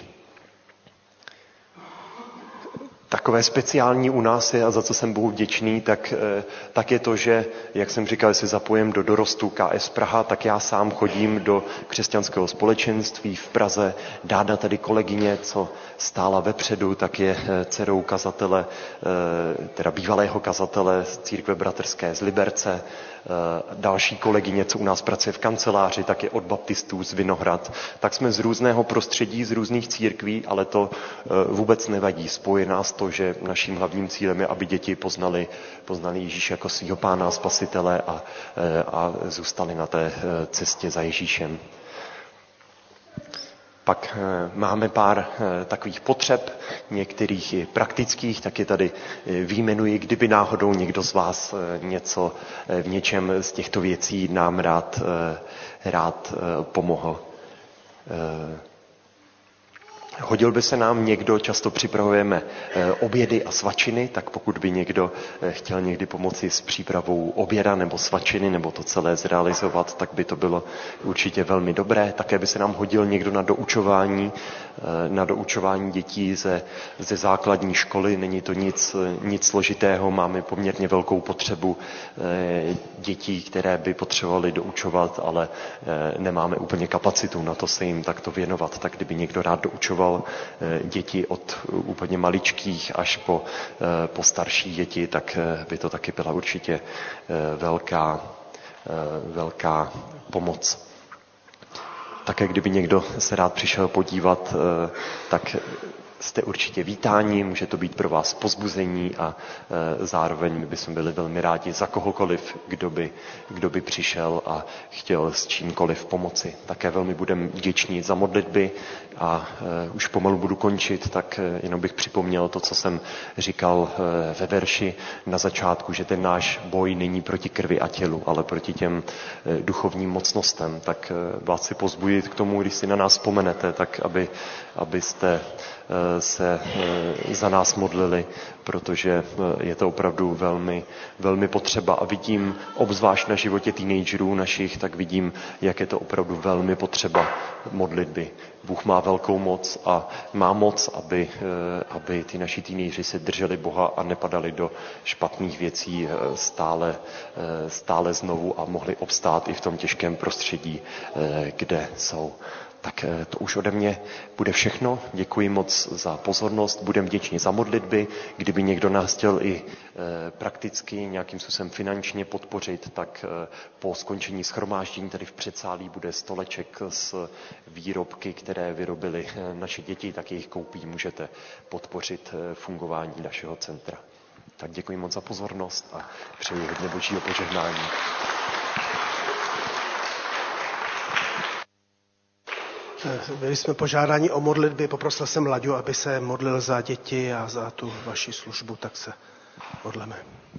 Speaker 3: Takové speciální u nás je, a za co jsem Bohu vděčný, tak, tak je to, že, jak jsem říkal, se zapojím do dorostu K S Praha, tak já sám chodím do křesťanského společenství v Praze. Dáda tady kolegyně, co stála vepředu, tak je dcerou kazatele, teda bývalého kazatele z církve bratrské z Liberce. Další kolegyně, co u nás pracuje v kanceláři, tak je od baptistů z Vinohrad. Tak jsme z různého prostředí, z různých církví, ale to vůbec nevadí. Spojí nás to, že naším hlavním cílem je, aby děti poznali, poznali Ježíše jako svýho pána a spasitele a, a zůstali na té cestě za Ježíšem. Pak máme pár takových potřeb, některých i praktických, tak je tady vyjmenuji, kdyby náhodou někdo z vás něco v něčem z těchto věcí nám rád, rád pomohl. Hodil by se nám někdo, často připravujeme obědy a svačiny, tak pokud by někdo chtěl někdy pomoci s přípravou oběda nebo svačiny, nebo to celé zrealizovat, tak by to bylo určitě velmi dobré. Také by se nám hodil někdo na doučování, na doučování dětí ze, ze základní školy. Není to nic, nic složitého, máme poměrně velkou potřebu dětí, které by potřebovaly doučovat, ale nemáme úplně kapacitu na to se jim takto věnovat. Tak kdyby někdo rád doučoval děti od úplně maličkých až po, po starší děti, tak by to taky byla určitě velká, velká pomoc. Také kdyby někdo se rád přišel podívat, tak jste určitě vítáni, může to být pro vás povzbuzení a e, zároveň my bychom byli velmi rádi za kohokoliv, kdo by, kdo by přišel a chtěl s čímkoliv pomoci. Také velmi budeme vděční za modlitby a e, už pomalu budu končit, tak e, jenom bych připomněl to, co jsem říkal e, ve verši na začátku, že ten náš boj není proti krvi a tělu, ale proti těm e, duchovním mocnostem. Tak e, vás chci pozbudit k tomu, když si na nás vzpomenete, tak aby, abyste se za nás modlili, protože je to opravdu velmi, velmi potřeba a vidím, obzvlášť na životě teenagerů našich, tak vidím, jak je to opravdu velmi potřeba modlitby. Bůh má velkou moc a má moc, aby, aby ty naši teenageři se drželi Boha a nepadali do špatných věcí stále, stále znovu a mohli obstát i v tom těžkém prostředí, kde jsou. Tak to už ode mě bude všechno. Děkuji moc za pozornost, budem vděční za modlitby. Kdyby někdo nás chtěl i prakticky nějakým způsobem finančně podpořit, tak po skončení shromáždění tady v předsálí bude stoleček s výrobky, které vyrobili naše děti, tak jejich koupí můžete podpořit fungování našeho centra. Tak děkuji moc za pozornost a přeji hodně božího požehnání.
Speaker 1: Byli jsme požádáni o modlitby, poprosil jsem Laďu, aby se modlil za děti a za tu vaši službu, tak se modleme.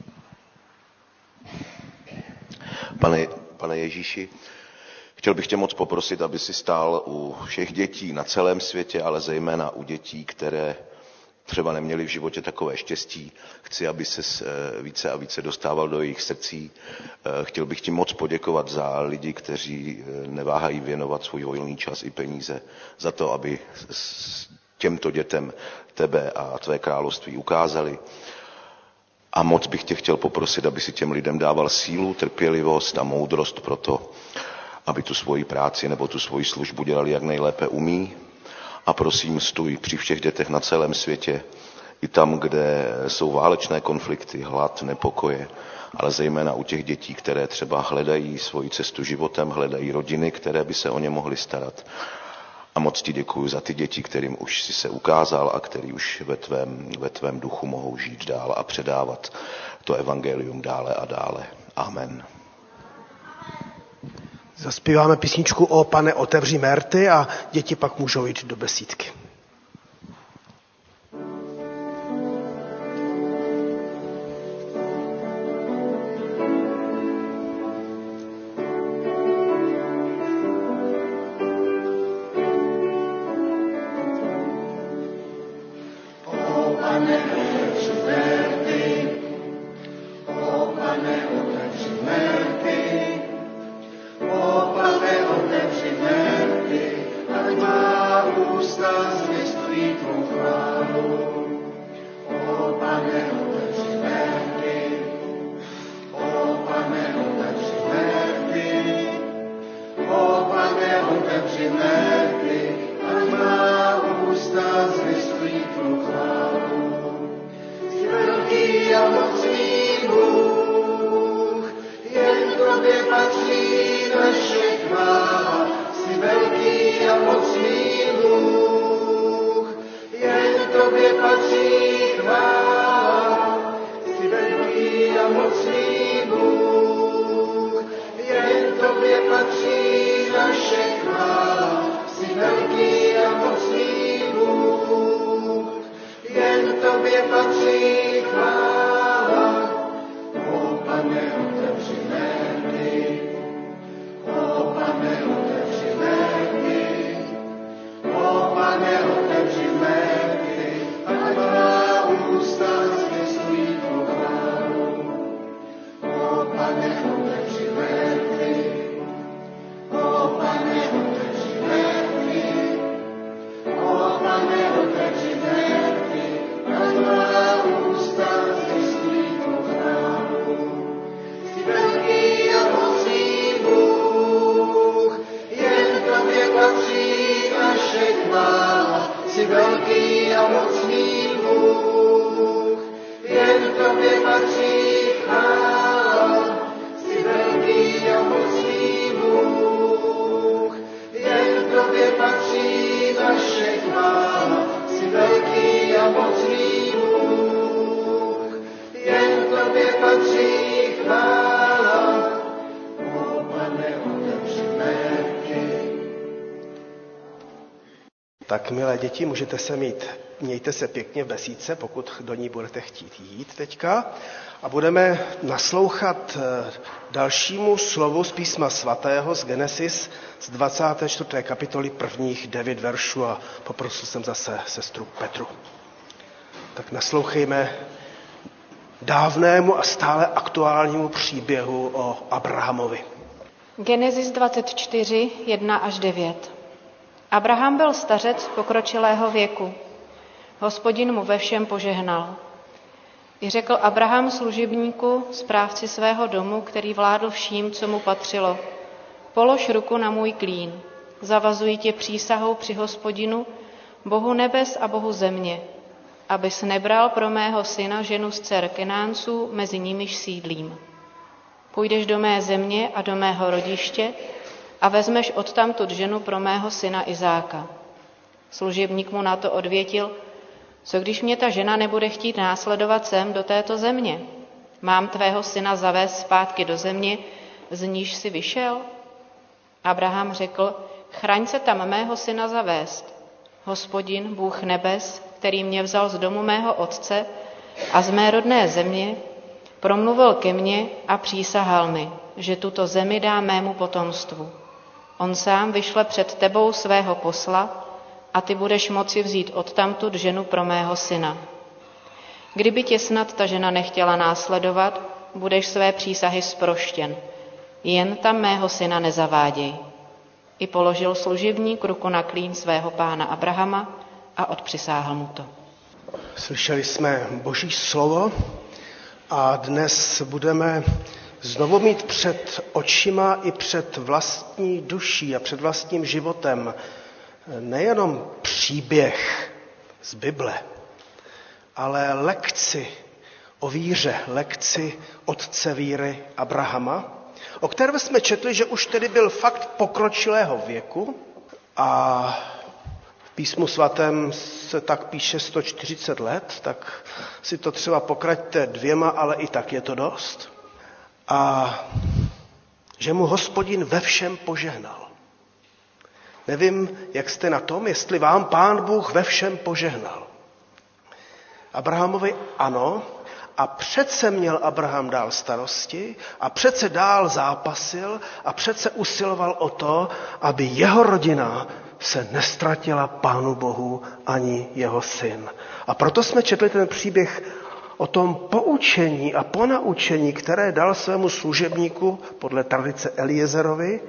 Speaker 7: Pane, pane Ježíši, chtěl bych tě moc poprosit, aby si stál u všech dětí na celém světě, ale zejména u dětí, které třeba neměli v životě takové štěstí. Chci, aby se více a více dostával do jejich srdcí. Chtěl bych ti moc poděkovat za lidi, kteří neváhají věnovat svůj volný čas i peníze za to, aby těmto dětem tebe a tvé království ukázali. A moc bych tě chtěl poprosit, aby si těm lidem dával sílu, trpělivost a moudrost pro to, aby tu svoji práci nebo tu svoji službu dělali jak nejlépe umí. A prosím, stůj při všech dětech na celém světě, i tam, kde jsou válečné konflikty, hlad, nepokoje, ale zejména u těch dětí, které třeba hledají svoji cestu životem, hledají rodiny, které by se o ně mohly starat. A moc ti děkuji za ty děti, kterým už si se ukázal a který už ve tvém, ve tvém duchu mohou žít dál a předávat to evangelium dále a dále. Amen.
Speaker 1: Zaspíváme písničku O Pane, otevři mé rty a děti pak můžou jít do besídky.
Speaker 8: Tobě patří naše chvála, si velký
Speaker 1: Tak, milé děti, můžete se mít, mějte se pěkně v besídce, pokud do ní budete chtít jít teďka. A budeme naslouchat dalšímu slovu z písma svatého z Genesis z dvacáté čtvrté kapitoly prvních devět veršů a poprosil jsem zase sestru Petru. Tak naslouchejme dávnému a stále aktuálnímu příběhu o Abrahamovi.
Speaker 2: Genesis dvacet čtyři, jedna až devět. Abraham byl stařec pokročilého věku. Hospodin mu ve všem požehnal. I řekl Abraham služebníku, správci svého domu, který vládl vším, co mu patřilo: polož ruku na můj klín, zavazuji tě přísahou při Hospodinu, Bohu nebes a Bohu země, abys nebral pro mého syna ženu z dcer Kenánců, mezi nimiž sídlím. Půjdeš do mé země a do mého rodiště a vezmeš odtamtud ženu pro mého syna Izáka. Služebník mu na to odvětil: co když mě ta žena nebude chtít následovat sem do této země? Mám tvého syna zavést zpátky do země, z níž jsi vyšel? Abraham řekl: chraň se tam mého syna zavést. Hospodin, Bůh nebes, který mě vzal z domu mého otce a z mé rodné země, promluvil ke mně a přísahal mi, že tuto zemi dá mému potomstvu. On sám vyšle před tebou svého posla a ty budeš moci vzít odtamtud ženu pro mého syna. Kdyby tě snad ta žena nechtěla následovat, budeš své přísahy zproštěn. Jen tam mého syna nezaváděj. I položil služebník ruku na klín svého pána Abrahama a odpřisáhl mu to.
Speaker 1: Slyšeli jsme Boží slovo a dnes budeme znovu mít před očima i před vlastní duší a před vlastním životem nejenom příběh z Bible, ale lekci o víře, lekci otce víry Abrahama, o kterém jsme četli, že už tedy byl fakt pokročilého věku a v písmu svatém se tak píše sto čtyřicet let, tak si to třeba pokraťte dvěma, ale i tak je to dost. A že mu Hospodin ve všem požehnal. Nevím, jak jste na tom, jestli vám Pán Bůh ve všem požehnal. Abrahamovi ano, a přece měl Abraham dál starosti a přece dál zápasil a přece usiloval o to, aby jeho rodina se nestratila Pánu Bohu ani jeho syn. A proto jsme četli ten příběh o tom poučení a ponaučení, které dal svému služebníku podle tradice Eliezerovi,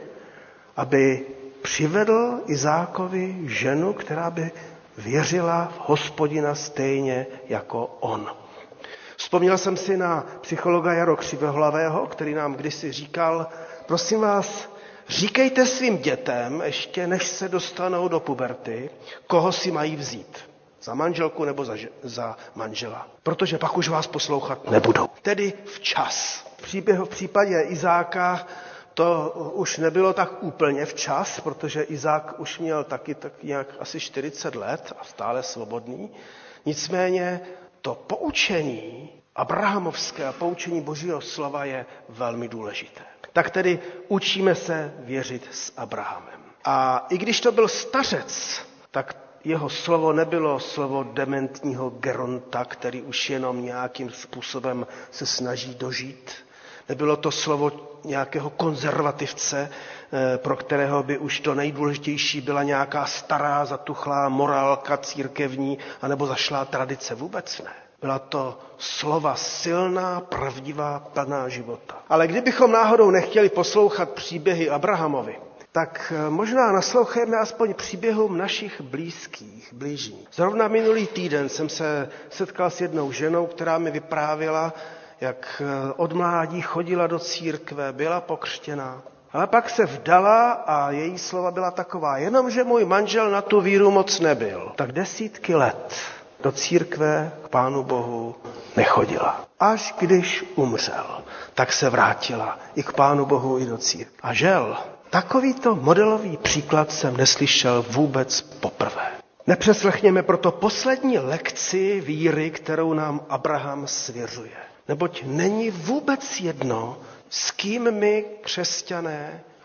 Speaker 1: aby přivedl Izákovi ženu, která by věřila v Hospodina stejně jako on. Vzpomněl jsem si na psychologa Jaro Křivohlavého, který nám kdysi říkal: prosím vás, říkejte svým dětem, ještě než se dostanou do puberty, koho si mají vzít. Za manželku nebo za, za manžela. Protože pak už vás poslouchat nebudou. Tedy včas. V příběhu v případě Izáka to už nebylo tak úplně včas, protože Izák už měl taky tak nějak asi čtyřicet let a stále svobodný. Nicméně to poučení abrahamovské a poučení Božího slova je velmi důležité. Tak tedy učíme se věřit s Abrahamem. A i když to byl stařec, tak jeho slovo nebylo slovo dementního geronta, který už jenom nějakým způsobem se snaží dožít. Nebylo to slovo nějakého konzervativce, pro kterého by už to nejdůležitější byla nějaká stará, zatuchlá morálka církevní anebo zašlá tradice. Vůbec ne. Byla to slova silná, pravdivá, plná života. Ale kdybychom náhodou nechtěli poslouchat příběhy Abrahamovi, tak možná naslouchejme aspoň příběhům našich blízkých, blížních. Zrovna minulý týden jsem se setkal s jednou ženou, která mi vyprávěla, jak od mládí chodila do církve, byla pokřtěná. Ale pak se vdala a její slova byla taková: jenomže můj manžel na tu víru moc nebyl. Tak desítky let do církve k Pánu Bohu nechodila. Až když umřel, tak se vrátila i k Pánu Bohu, i do církve. A žel, takovýto modelový příklad jsem neslyšel vůbec poprvé. Nepřeslechněme proto poslední lekci víry, kterou nám Abraham svěřuje. Neboť není vůbec jedno, s kým my, křesťané,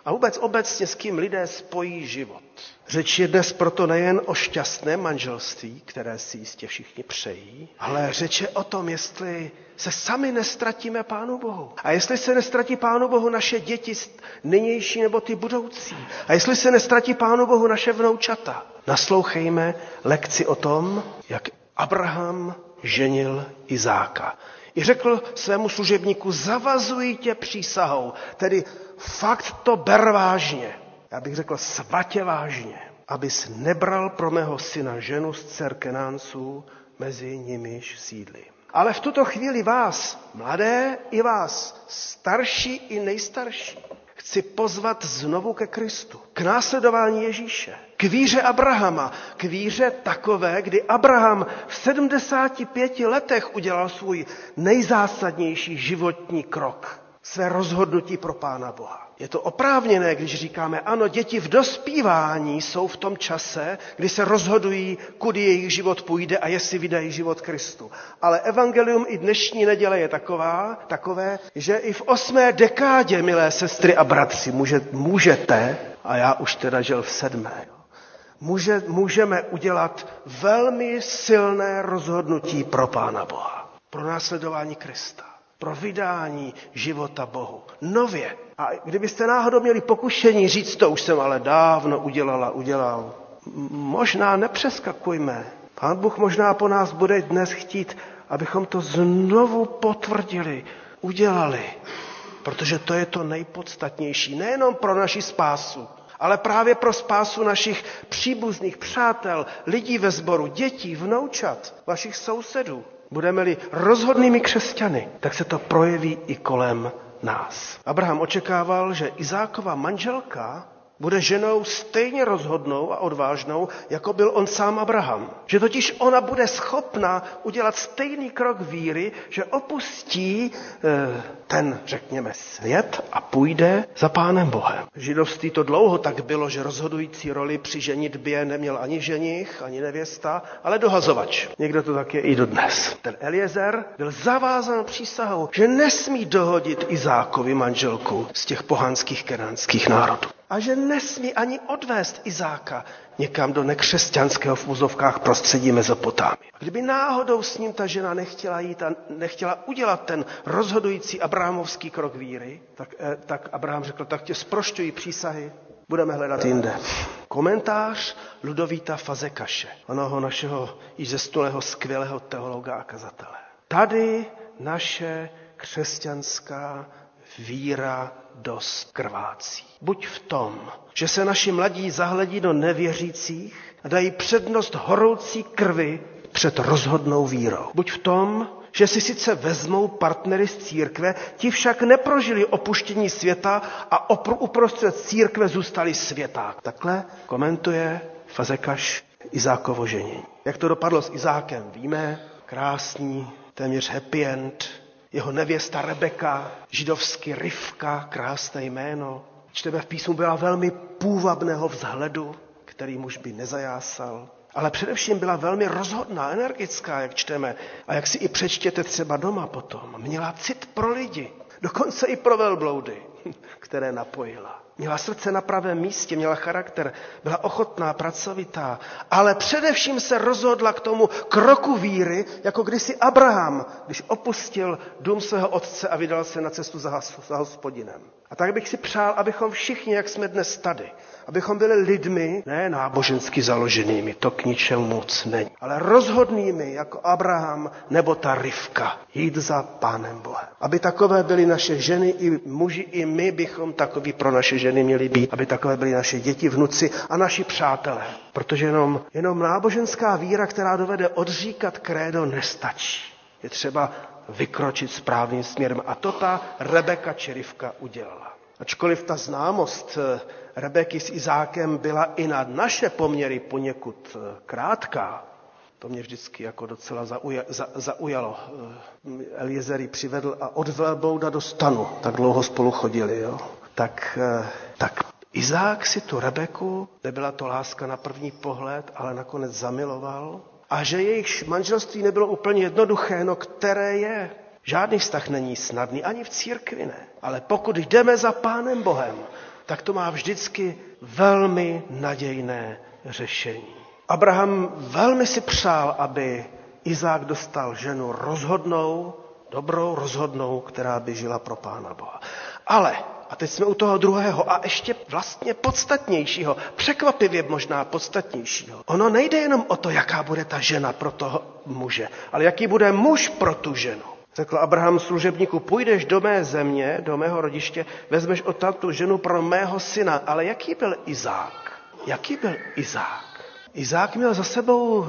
Speaker 1: a vůbec obecně s kým lidé spojí život. Řeč je dnes proto nejen o šťastném manželství, které si jistě všichni přejí, ale řeč je o tom, jestli se sami nestratíme Pánu Bohu. A jestli se nestratí Pánu Bohu naše děti nynější nebo ty budoucí. A jestli se nestratí Pánu Bohu naše vnoučata. Naslouchejme lekci o tom, jak Abraham ženil Izáka. I řekl svému služebníku, zavazuji tě přísahou, tedy fakt to ber vážně. Já bych řekl svatě vážně, abys nebral pro mého syna ženu z dcer Kenánců, mezi nimiž sídlím. Ale v tuto chvíli vás, mladé i vás, starší i nejstarší, chci pozvat znovu ke Kristu, k následování Ježíše, k víře Abrahama, k víře takové, kdy Abraham v sedmdesáti pěti letech udělal svůj nejzásadnější životní krok, své rozhodnutí pro Pána Boha. Je to oprávněné, když říkáme, ano, děti v dospívání jsou v tom čase, kdy se rozhodují, kudy jejich život půjde a jestli vydají život Kristu. Ale evangelium i dnešní neděle je taková, takové, že i v osmé dekádě, milé sestry a bratři, může, můžete, a já už teda žil v sedmé, může, můžeme udělat velmi silné rozhodnutí pro Pána Boha, pro následování Krista, pro vydání života Bohu. Nově. A kdybyste náhodou měli pokušení říct, to už jsem ale dávno udělala, udělal. Možná nepřeskakujme. Pán Bůh možná po nás bude dnes chtít, abychom to znovu potvrdili, udělali. Protože to je to nejpodstatnější. Nejenom pro naši spásu, ale právě pro spásu našich příbuzných, přátel, lidí ve sboru, dětí, vnoučat, vašich sousedů. Budeme-li rozhodnými křesťany, tak se to projeví i kolem nás. Abraham očekával, že Izákova manželka bude ženou stejně rozhodnou a odvážnou, jako byl on sám Abraham. Že totiž ona bude schopna udělat stejný krok víry, že opustí e, ten, řekněme, svět a půjde za Pánem Bohem. V židovství to dlouho tak bylo, že rozhodující roli při ženitbě neměl ani ženich, ani nevěsta, ale dohazovač. Někdo to tak je i dodnes. Ten Eliezer byl zavázán přísahou, že nesmí dohodit Izákovi manželku z těch pohanských kenánských národů. A že nesmí ani odvést Izáka někam do nekřesťanského v úzovkách prostředí Mezopotámie. Kdyby náhodou s ním ta žena nechtěla jít a nechtěla udělat ten rozhodující abrahamovský krok víry, tak, eh, tak Abraham řekl, tak tě zprošťuji přísahy, budeme hledat jinde. Komentář Ludovíta Fazekaše, onoho našeho již zesnulého skvělého teologa a kazatele. Tady naše křesťanská víra dost krvácí. Buď v tom, že se naši mladí zahledí do nevěřících a dají přednost horoucí krvi před rozhodnou vírou. Buď v tom, že si sice vezmou partnery z církve, ti však neprožili opuštění světa a opr- uprostřed církve zůstali světák. Takhle komentuje Fazekaš Izákovo ženění. Jak to dopadlo s Izákem, víme, krásný, téměř happy end. Jeho nevěsta Rebeka, židovsky Rivka, krásné jméno. Čteme v písmu, byla velmi půvabného vzhledu, který muž by nezajásal. Ale především byla velmi rozhodná, energická, jak čteme. A jak si i přečtěte třeba doma potom. Měla cit pro lidi, dokonce i pro velbloudy, které napojila. Měla srdce na pravém místě, měla charakter, byla ochotná, pracovitá, ale především se rozhodla k tomu kroku víry, jako kdysi Abraham, když opustil dům svého otce a vydal se na cestu za, za Hospodinem. A tak bych si přál, abychom všichni, jak jsme dnes tady, abychom byli lidmi, ne nábožensky založenými, to k ničemu moc není, ale rozhodnými, jako Abraham nebo ta Rivka, jít za Pánem Bohem. Aby takové byly naše ženy i muži, i my bychom takový pro naše ženy měli být, aby takové byly naše děti, vnuci a naši přátelé. Protože jenom, jenom náboženská víra, která dovede odříkat krédo, nestačí. Je třeba vykročit správným směrem. A to ta Rebeka či Rivka udělala. Ačkoliv ta známost Rebeky s Izákem byla i na naše poměry poněkud krátká, to mě vždycky jako docela zauja, za, zaujalo. Eliezer ji přivedl a od velblouda do stanu, tak dlouho spolu chodili, jo. Tak, tak Izák si tu Rebeku, nebyla to láska na první pohled, ale nakonec zamiloval. A že jejich manželství nebylo úplně jednoduché, no které je. Žádný vztah není snadný, ani v církvi ne. Ale pokud jdeme za Pánem Bohem, tak to má vždycky velmi nadějné řešení. Abraham velmi si přál, aby Izák dostal ženu rozhodnou, dobrou rozhodnou, která by žila pro Pána Boha. Ale, a teď jsme u toho druhého a ještě vlastně podstatnějšího, překvapivě možná podstatnějšího. Ono nejde jenom o to, jaká bude ta žena pro toho muže, ale jaký bude muž pro tu ženu. Řekl Abraham služebníku, půjdeš do mé země, do mého rodiště, vezmeš odtamtud tu ženu pro mého syna. Ale jaký byl Izák? Jaký byl Izák? Izák měl za sebou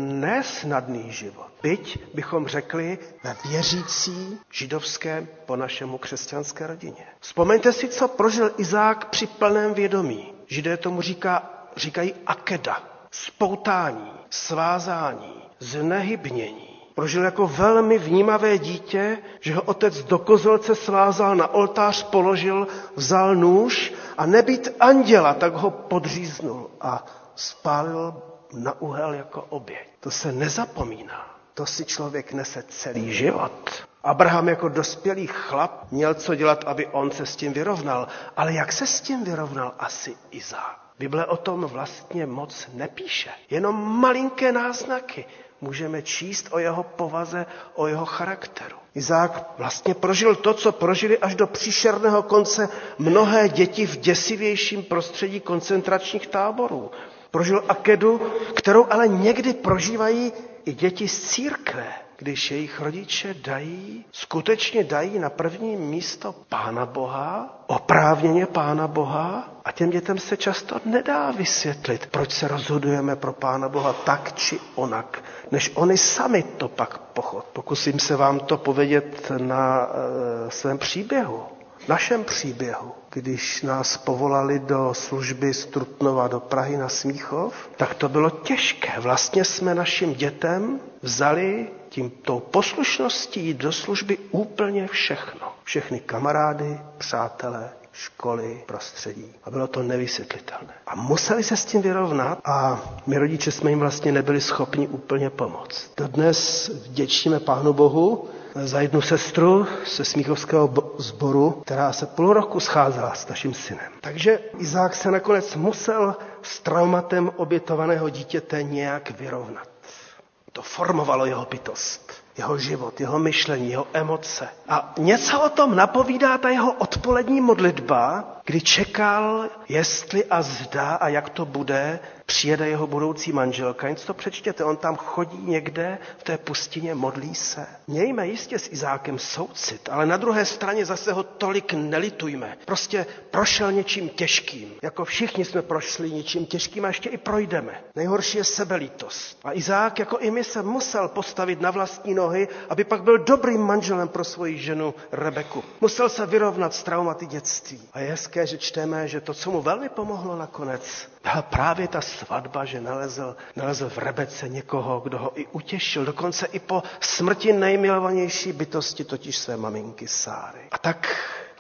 Speaker 1: nesnadný život. Byť bychom řekli ve věřící židovské po našemu křesťanské rodině. Vzpomeňte si, co prožil Izák při plném vědomí. Židé tomu říká, říkají akeda, spoutání, svázání, znehybnění. Prožil jako velmi vnímavé dítě, že ho otec do kozelce svázal, na oltář položil, vzal nůž a nebýt anděla, tak ho podříznul a spálil na uhel jako oběť. To se nezapomíná. To si člověk nese celý život. Abraham jako dospělý chlap měl co dělat, aby on se s tím vyrovnal. Ale jak se s tím vyrovnal? Asi Izák. Bible o tom vlastně moc nepíše. Jenom malinké náznaky můžeme číst o jeho povaze, o jeho charakteru. Izák vlastně prožil to, co prožili až do příšerného konce mnohé děti v děsivějším prostředí koncentračních táborů. Prožil akedu, kterou ale někdy prožívají i děti z církve, když jejich rodiče dají, skutečně dají na první místo Pána Boha, oprávněně Pána Boha, a těm dětem se často nedá vysvětlit, proč se rozhodujeme pro Pána Boha tak či onak, než oni sami to pak pochod. Pokusím se vám to povědět na e, svém příběhu. Našem příběhu, když nás povolali do služby z Trutnova do Prahy na Smíchov, tak to bylo těžké. Vlastně jsme našim dětem vzali tím tou poslušností do služby úplně všechno. Všechny kamarády, přátelé, školy, prostředí. A bylo to nevysvětlitelné. A museli se s tím vyrovnat a my rodiče jsme jim vlastně nebyli schopni úplně pomoct. Dodnes vděčíme Pánu Bohu za jednu sestru ze smíchovského sboru, která se půl roku scházela s naším synem. Takže Izák se nakonec musel s traumatem obětovaného dítěte nějak vyrovnat. To formovalo jeho bytost, jeho život, jeho myšlení, jeho emoce. A něco o tom napovídá ta jeho odpolední modlitba, kdy čekal, jestli a zda a jak to bude, přijede jeho budoucí manželka. Jen to přečtěte, on tam chodí někde v té pustině, modlí se. Mějme jistě s Izákem soucit, ale na druhé straně zase ho tolik nelitujme. Prostě prošel něčím těžkým. Jako všichni jsme prošli něčím těžkým a ještě i projdeme. Nejhorší je sebelítost. A Izák, jako i my, se musel postavit na vlastní nohy, aby pak byl dobrým manželem pro svoji ženu Rebeku. Musel se vyrovnat s traumaty dětství. A je hezké, že čteme, že to, co mu velmi pomohlo nakonec, byla právě ta svatba, že nalezl, nalezl v Rebece někoho, kdo ho i utěšil, dokonce i po smrti nejmilovanější bytosti, totiž své maminky Sáry. A tak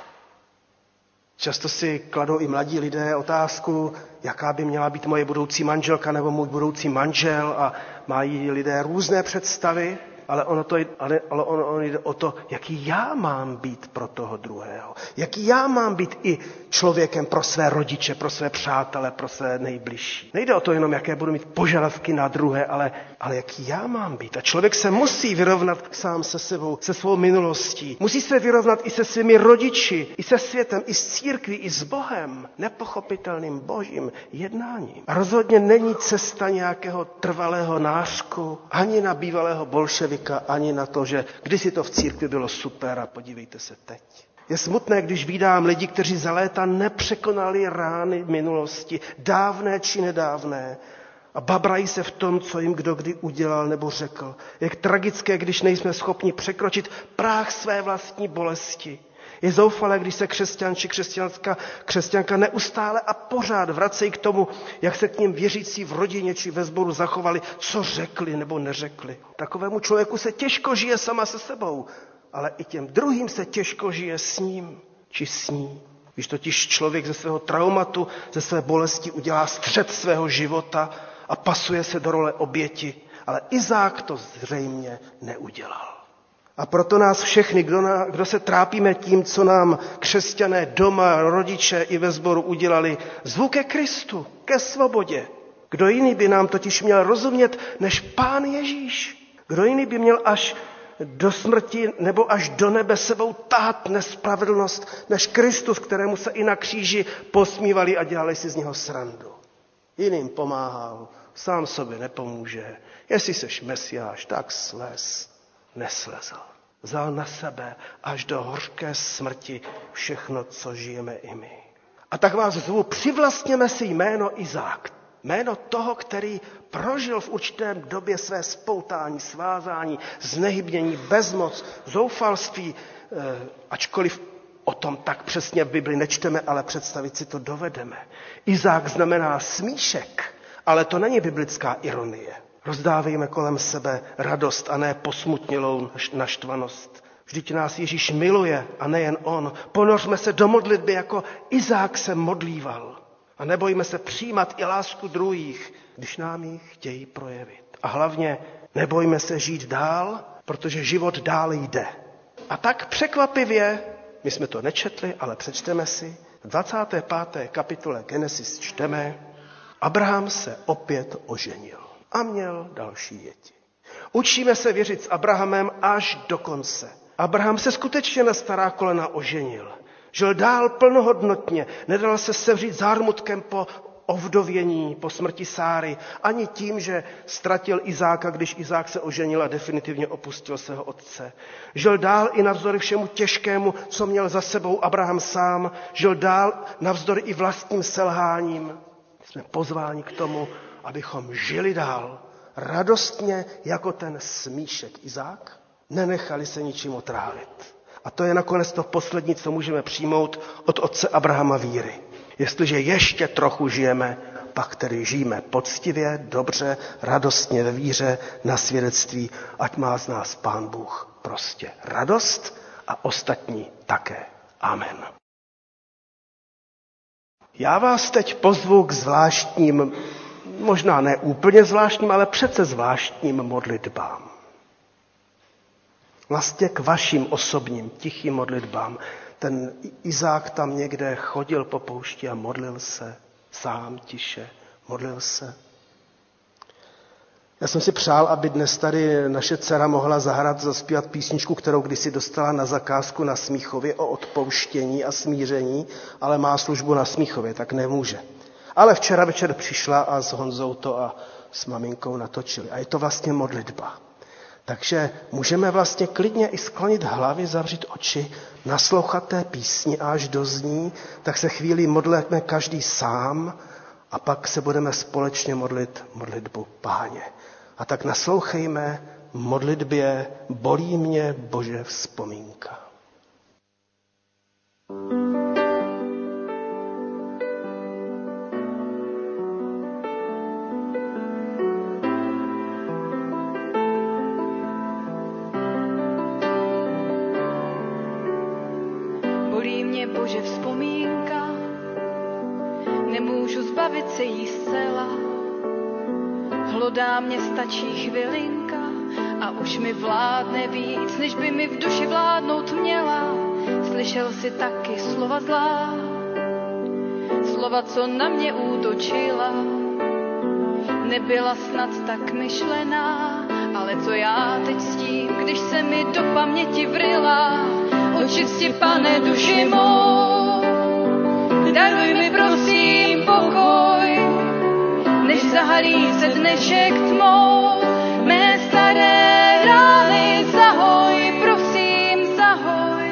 Speaker 1: často si kladou i mladí lidé otázku, jaká by měla být moje budoucí manželka nebo můj budoucí manžel, a mají lidé různé představy, ale ono, to, ale, ale ono, ono jde o to, jaký já mám být pro toho druhého. Jaký já mám být i člověkem pro své rodiče, pro své přátele, pro své nejbližší. Nejde o to jenom, jaké budu mít požadavky na druhé, ale, ale jaký já mám být. A člověk se musí vyrovnat sám se sebou, se svou minulostí. Musí se vyrovnat i se svými rodiči, i se světem, i s církví, i s Bohem. Nepochopitelným božím jednáním. A rozhodně není cesta nějakého trvalého nářku, ani na bývalého bolševika, ani na to, že kdysi to v církvi bylo super a podívejte se teď. Je smutné, když vídám lidi, kteří za léta nepřekonali rány minulosti, dávné či nedávné, a babrají se v tom, co jim kdo kdy udělal nebo řekl. Jak tragické, když nejsme schopni překročit práh své vlastní bolesti. Je zoufalé, když se křesťan či křesťanská křesťanka neustále a pořád vracejí k tomu, jak se k ním věřící v rodině či ve sboru zachovali, co řekli nebo neřekli. Takovému člověku se těžko žije sama se sebou, ale i těm druhým se těžko žije s ním či s ní. Když totiž člověk ze svého traumatu, ze své bolesti udělá střed svého života a pasuje se do role oběti. Ale Izák to zřejmě neudělal. A proto nás všechny, kdo, na, kdo se trápíme tím, co nám křesťané doma, rodiče i ve sboru udělali, zvu ke Kristu, ke svobodě. Kdo jiný by nám totiž měl rozumět než Pán Ježíš? Kdo jiný by měl až do smrti nebo až do nebe sebou tát nespravedlnost než Kristus, kterému se i na kříži posmívali a dělali si z něho srandu? Jiným pomáhal, sám sobě nepomůže. Jestli seš Mesiáš, tak slez. Neslezl. Vzal na sebe až do hořké smrti všechno, co žijeme i my. A tak vás zvu, přivlastněme si jméno Izák. Jméno toho, který prožil v určitém době své spoutání, svázání, znehybnění, bezmoc, zoufalství, ačkoliv o tom tak přesně v Bibli nečteme, ale představit si to dovedeme. Izák znamená smíšek, ale to není biblická ironie. Rozdávejme kolem sebe radost a ne posmutnělou naštvanost. Vždyť nás Ježíš miluje a nejen on. Ponořme se do modlitby, jako Izák se modlíval. A nebojme se přijímat i lásku druhých, když nám ji chtějí projevit. A hlavně nebojme se žít dál, protože život dál jde. A tak překvapivě, my jsme to nečetli, ale přečteme si, v dvacáté páté kapitole Genesis čteme, Abraham se opět oženil a měl další děti. Učíme se věřit s Abrahamem až do konce. Abraham se skutečně na stará kolena oženil. Žil dál plnohodnotně, nedal se sevřít zármutkem po ovdovění, po smrti Sáry, ani tím, že ztratil Izáka, když Izák se oženil a definitivně opustil svého otce. Žil dál i navzdory všemu těžkému, co měl za sebou Abraham sám. Žil dál navzdory i vlastním selháním. Jsme pozváni k tomu, abychom žili dál, radostně jako ten smíšek Izák, nenechali se ničím otrávit. A to je nakonec to poslední, co můžeme přijmout od otce Abrahama víry. Jestliže ještě trochu žijeme, pak tedy žijeme poctivě, dobře, radostně ve víře, na svědectví, ať má z nás Pán Bůh prostě radost a ostatní také. Amen. Já vás teď pozvu k zvláštním, možná ne úplně zvláštním, ale přece zvláštním modlitbám. Vlastně k vašim osobním, tichým modlitbám. Ten Izák tam někde chodil po poušti a modlil se, sám tiše, modlil se. Já jsem si přál, aby dnes tady naše dcera mohla zahrát, zaspívat písničku, kterou kdysi dostala na zakázku na Smíchově o odpouštění a smíření, ale má službu na Smíchově, tak nemůže. Ale včera večer přišla a s Honzou to a s maminkou natočili. A je to vlastně modlitba. Takže můžeme vlastně klidně i sklonit hlavy, zavřít oči, naslouchat té písni a až dozní, tak se chvíli modlíme každý sám a pak se budeme společně modlit modlitbu Páně. A tak naslouchejme modlitbě Bolí mě, Bože, vzpomínka.
Speaker 8: Bože, vzpomínka, nemůžu zbavit se jí zcela. Hlodá mě stačí chvilinka a už mi vládne víc, než by mi v duši vládnout měla. Slyšel jsi taky slova zlá, slova, co na mě útočila. Nebyla snad tak myšlená, ale co já teď s tím, když se mi do paměti vryla. Očisti, Pane, duši mou, daruj mi prosím pokoj, než zahalí se dnešek tmou. Mé staré rány zahoj, prosím, zahoj.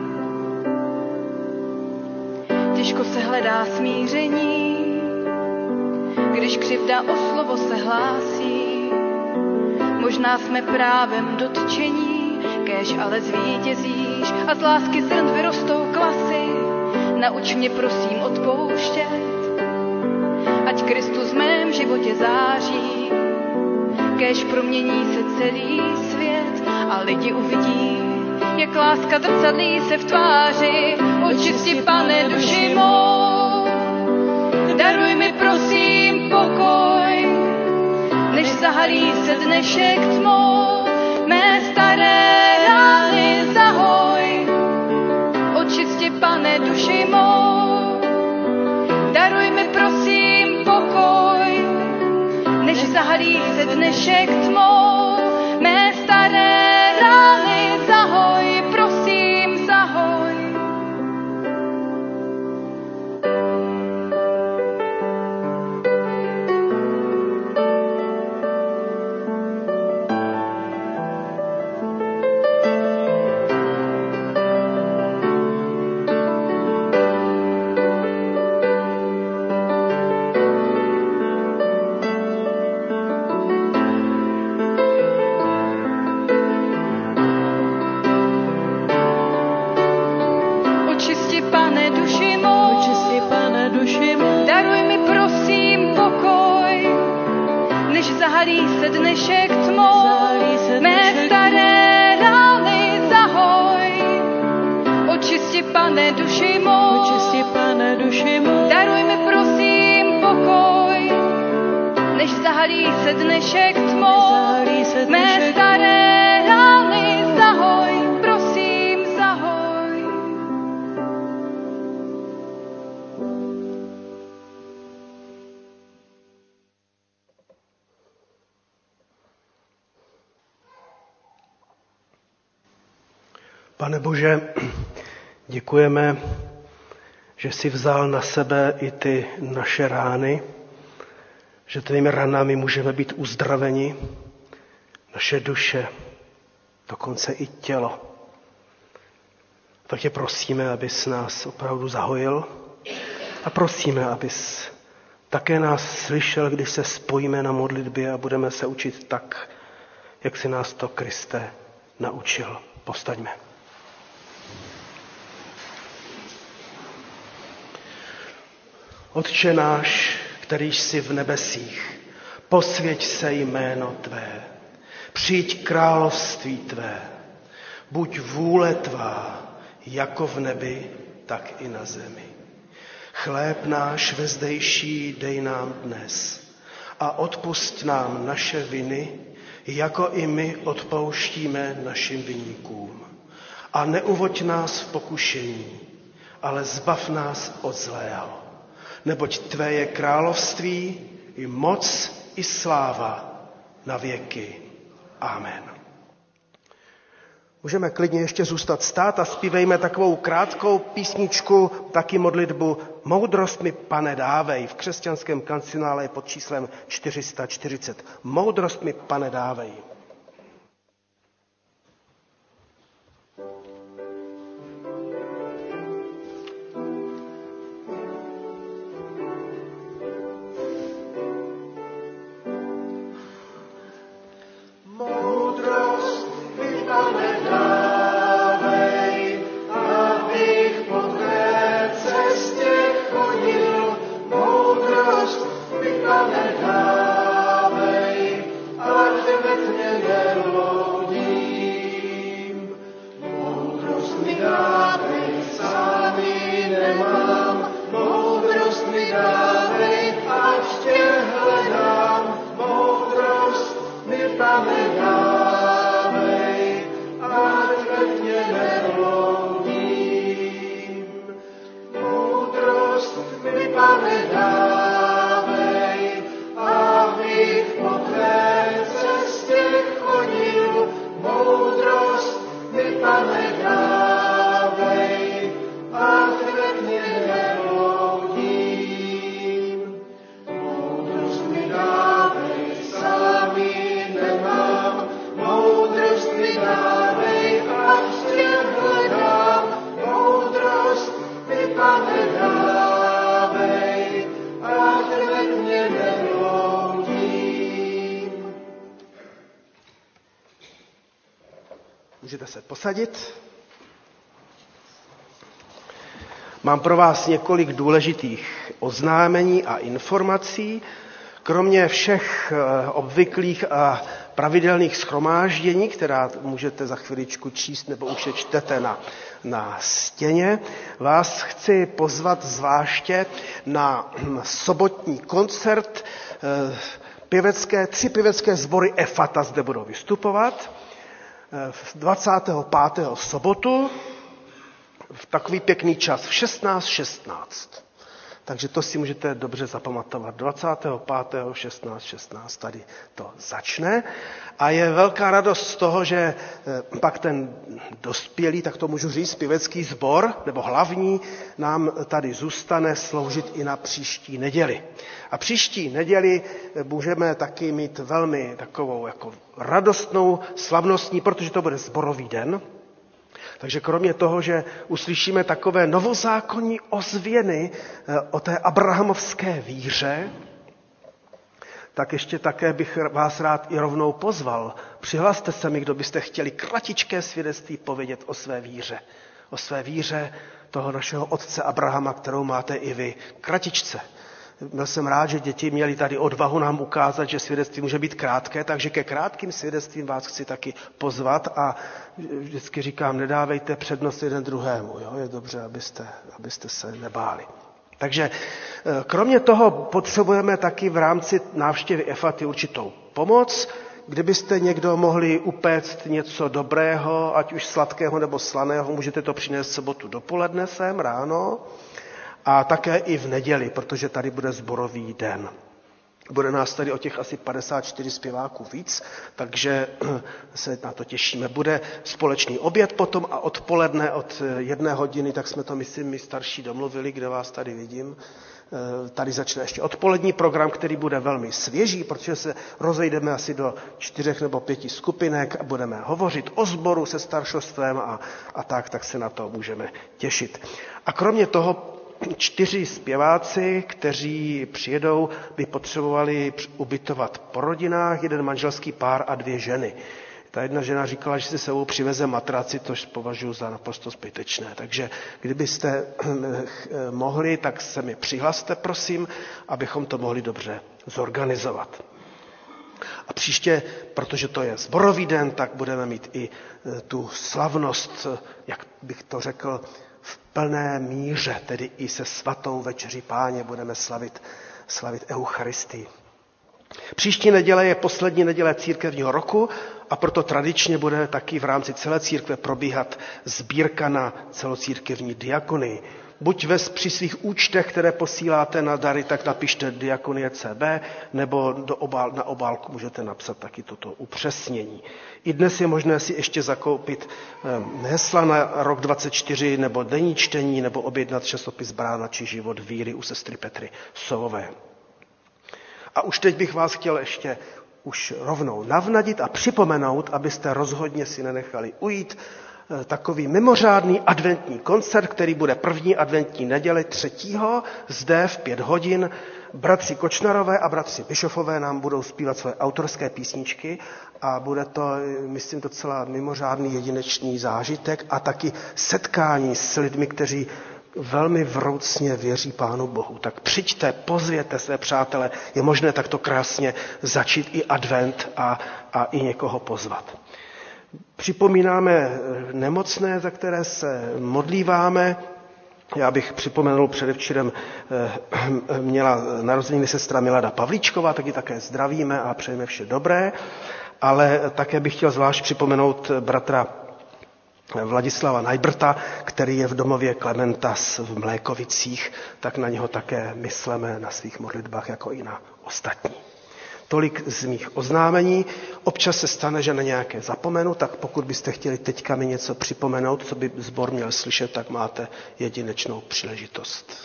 Speaker 8: Těžko se hledá smíření, když křivda o slovo se hlásí. Možná jsme právem dotčení, kéž ale zvítězíš a z lásky zrn vyrostou klasy. Nauč mě prosím odpouštět, ať Kristus v mém životě září. Kéž promění se celý svět a lidi uvidí, jak láska zrcadlí se v tváři. Očisti, Pane, duši mou, daruj mi prosím pokoj, než zahalí se dnešek tmou. Mé staré rány zahoj. Očistě, Pane, duši mou, daruj mi prosím pokoj, než zahalí se dnešek tmou. Mé staré rány zahoj, prosím zahoj. Zahalí se dnešek tmou, mé staré rány zahoj. Očisti, Pane, duši mou, očisti, Pane, duši mou, daruj mi prosím pokoj, než zahalí se dnešek tmou, mé staré rány zahoj, prosím zahoj.
Speaker 1: Pane Bože, děkujeme, že jsi vzal na sebe i ty naše rány, že tvými ranami můžeme být uzdraveni, naše duše, dokonce i tělo. Tak tě prosíme, abys nás opravdu zahojil a prosíme, abys také nás slyšel, když se spojíme na modlitbě a budeme se učit tak, jak jsi nás to, Kriste, naučil. Povstaňme. Otče náš, který jsi v nebesích, posvěť se jméno tvé, přijď království tvé, buď vůle tvá, jako v nebi, tak i na zemi. Chléb náš vezdejší dej nám dnes a odpusť nám naše viny, jako i my odpouštíme našim viníkům. A neuvoď nás v pokušení, ale zbav nás od zlého. Neboť tvé je království, i moc, i sláva na věky. Amen. Můžeme klidně ještě zůstat stát a zpívejme takovou krátkou písničku, taky modlitbu Moudrost mi, Pane, dávej. V křesťanském kancionále je pod číslem čtyři sta čtyřicet. Moudrost mi, Pane, dávej. Můžete se posadit. Mám pro vás několik důležitých oznámení a informací. Kromě všech obvyklých a pravidelných shromáždění, která můžete za chviličku číst nebo už je čtete na, na stěně, vás chci pozvat zvláště na sobotní koncert. Pěvecké, tři pěvecké sbory Efata zde budou vystupovat. dvacátého pátého sobotu v takový pěkný čas v šestnáct šestnáct. Takže to si můžete dobře zapamatovat. dvacátého pátého šestnáct šestnáct tady to začne. A je velká radost z toho, že pak ten dospělý, tak to můžu říct, pěvecký sbor, nebo hlavní, nám tady zůstane sloužit i na příští neděli. A příští neděli můžeme taky mít velmi takovou jako radostnou, slavnostní, protože to bude sborový den. Takže kromě toho, že uslyšíme takové novozákonní ozvěny o té abrahamovské víře, tak ještě také bych vás rád i rovnou pozval. Přihlaste se mi, kdo byste chtěli kratičké svědectví povědět o své víře. O své víře toho našeho otce Abrahama, kterou máte i vy. Kratičce. Byl jsem rád, že děti měli tady odvahu nám ukázat, že svědectví může být krátké, takže ke krátkým svědectvím vás chci taky pozvat a vždycky říkám, nedávejte přednost jeden druhému. Jo? Je dobře, abyste, abyste se nebáli. Takže kromě toho potřebujeme taky v rámci návštěvy Efaty určitou pomoc. Kdybyste někdo mohli upéct něco dobrého, ať už sladkého nebo slaného, můžete to přinést sobotu dopoledne sem, ráno. A také i v neděli, protože tady bude sborový den. Bude nás tady o těch asi padesát čtyři zpěváků víc, takže se na to těšíme. Bude společný oběd potom a odpoledne od jedné hodiny, tak jsme to, myslím, my starší domluvili, kde vás tady vidím. Tady začne ještě odpolední program, který bude velmi svěží, protože se rozejdeme asi do čtyřech nebo pěti skupinek a budeme hovořit o sboru se staršostvem a, a tak, tak se na to můžeme těšit. A kromě toho čtyři zpěváci, kteří přijedou, by potřebovali ubytovat po rodinách, jeden manželský pár a dvě ženy. Ta jedna žena říkala, že si sebou přiveze matraci, což považuji za naprosto zbytečné. Takže kdybyste mohli, tak se mi přihlaste, prosím, abychom to mohli dobře zorganizovat. A příště, protože to je sborový den, tak budeme mít i tu slavnost, jak bych to řekl, v plné míře, tedy i se svatou večeří Páně budeme slavit, slavit Eucharistii. Příští neděle je poslední neděle církevního roku a proto tradičně bude taky v rámci celé církve probíhat sbírka na celocírkevní diakonii. Buď ve, při svých účtech, které posíláte na dary, tak napište Diakonie C B, nebo do obál, na obálku můžete napsat taky toto upřesnění. I dnes je možné si ještě zakoupit hesla na rok dvacet čtyři, nebo denní čtení, nebo objednat časopis Brána či Život víry u sestry Petry Sovové. A už teď bych vás chtěl ještě už rovnou navnadit a připomenout, abyste rozhodně si nenechali ujít takový mimořádný adventní koncert, který bude první adventní neděli třetího zde v pět hodin. Bratři Kočnarové a bratři Bišofové nám budou zpívat své autorské písničky a bude to, myslím, docela mimořádný jedinečný zážitek a taky setkání s lidmi, kteří velmi vroucně věří Pánu Bohu. Tak přijďte, pozvěte své přátele, je možné takto krásně začít i advent a, a i někoho pozvat. Připomínáme nemocné, za které se modlíváme. Já bych připomenul, předevčírem měla narozeniny sestra Milada Pavlíčková, taky také zdravíme a přejeme vše dobré, ale také bych chtěl zvlášť připomenout bratra Vladislava Najbrta, který je v domově Klementas v Mlékovicích, tak na něho také mysleme na svých modlitbách jako i na ostatní. Tolik z mých oznámení. Občas se stane, že na nějaké zapomenu, tak pokud byste chtěli teďka mi něco připomenout, co by sbor měl slyšet, tak máte jedinečnou příležitost.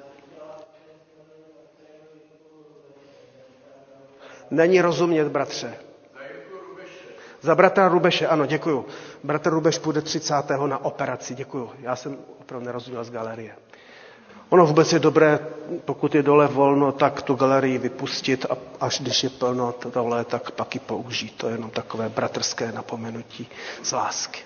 Speaker 1: Není rozumět, bratře. Za bratra Rubeše, ano, děkuju. Bratr Rubeš půjde třicátého na operaci, děkuju. Já jsem opravdu nerozuměl z galerie. Ono vůbec je dobré, pokud je dole volno, tak tu galerii vypustit a až když je plno dole, tak pak ji použít. To je jenom takové bratrské napomenutí z lásky.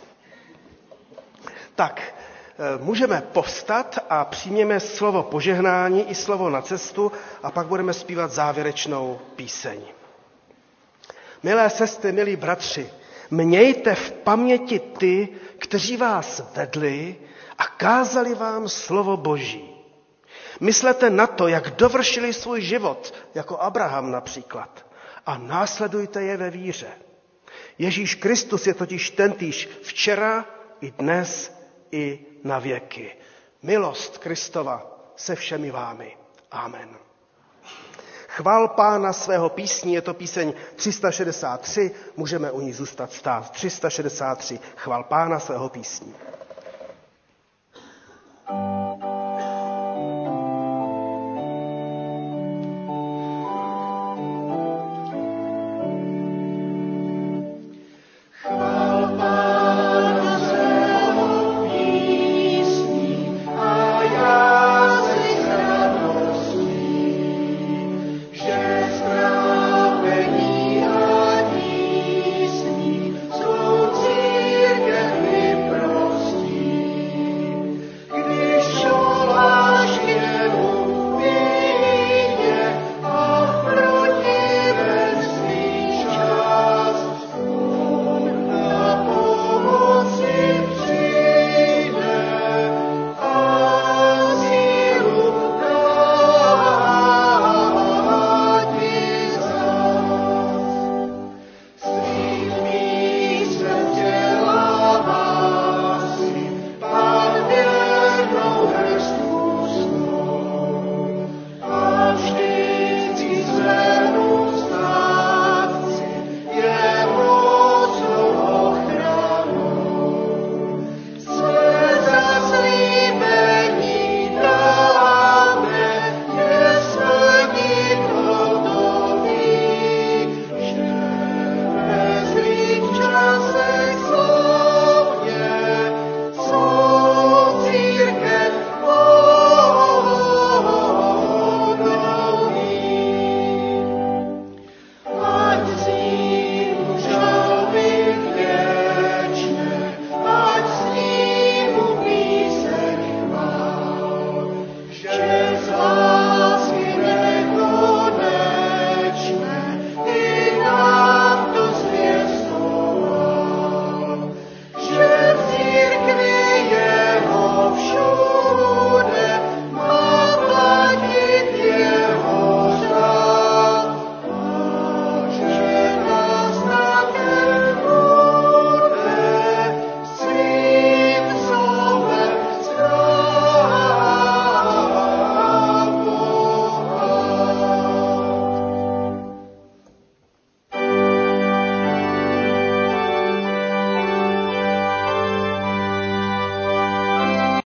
Speaker 1: Tak, můžeme povstat a přijměme slovo požehnání i slovo na cestu a pak budeme zpívat závěrečnou píseň. Milé sestry, milí bratři, mějte v paměti ty, kteří vás vedli a kázali vám slovo Boží. Myslete na to, jak dovršili svůj život, jako Abraham například, a následujte je ve víře. Ježíš Kristus je totiž tentýž včera, i dnes, i na věky. Milost Kristova se všemi vámi. Amen. Chvál Pána svého písní, je to píseň tři sta šedesát tři, můžeme u ní zůstat stát. tři sta šedesát tři, chvál Pána svého písní.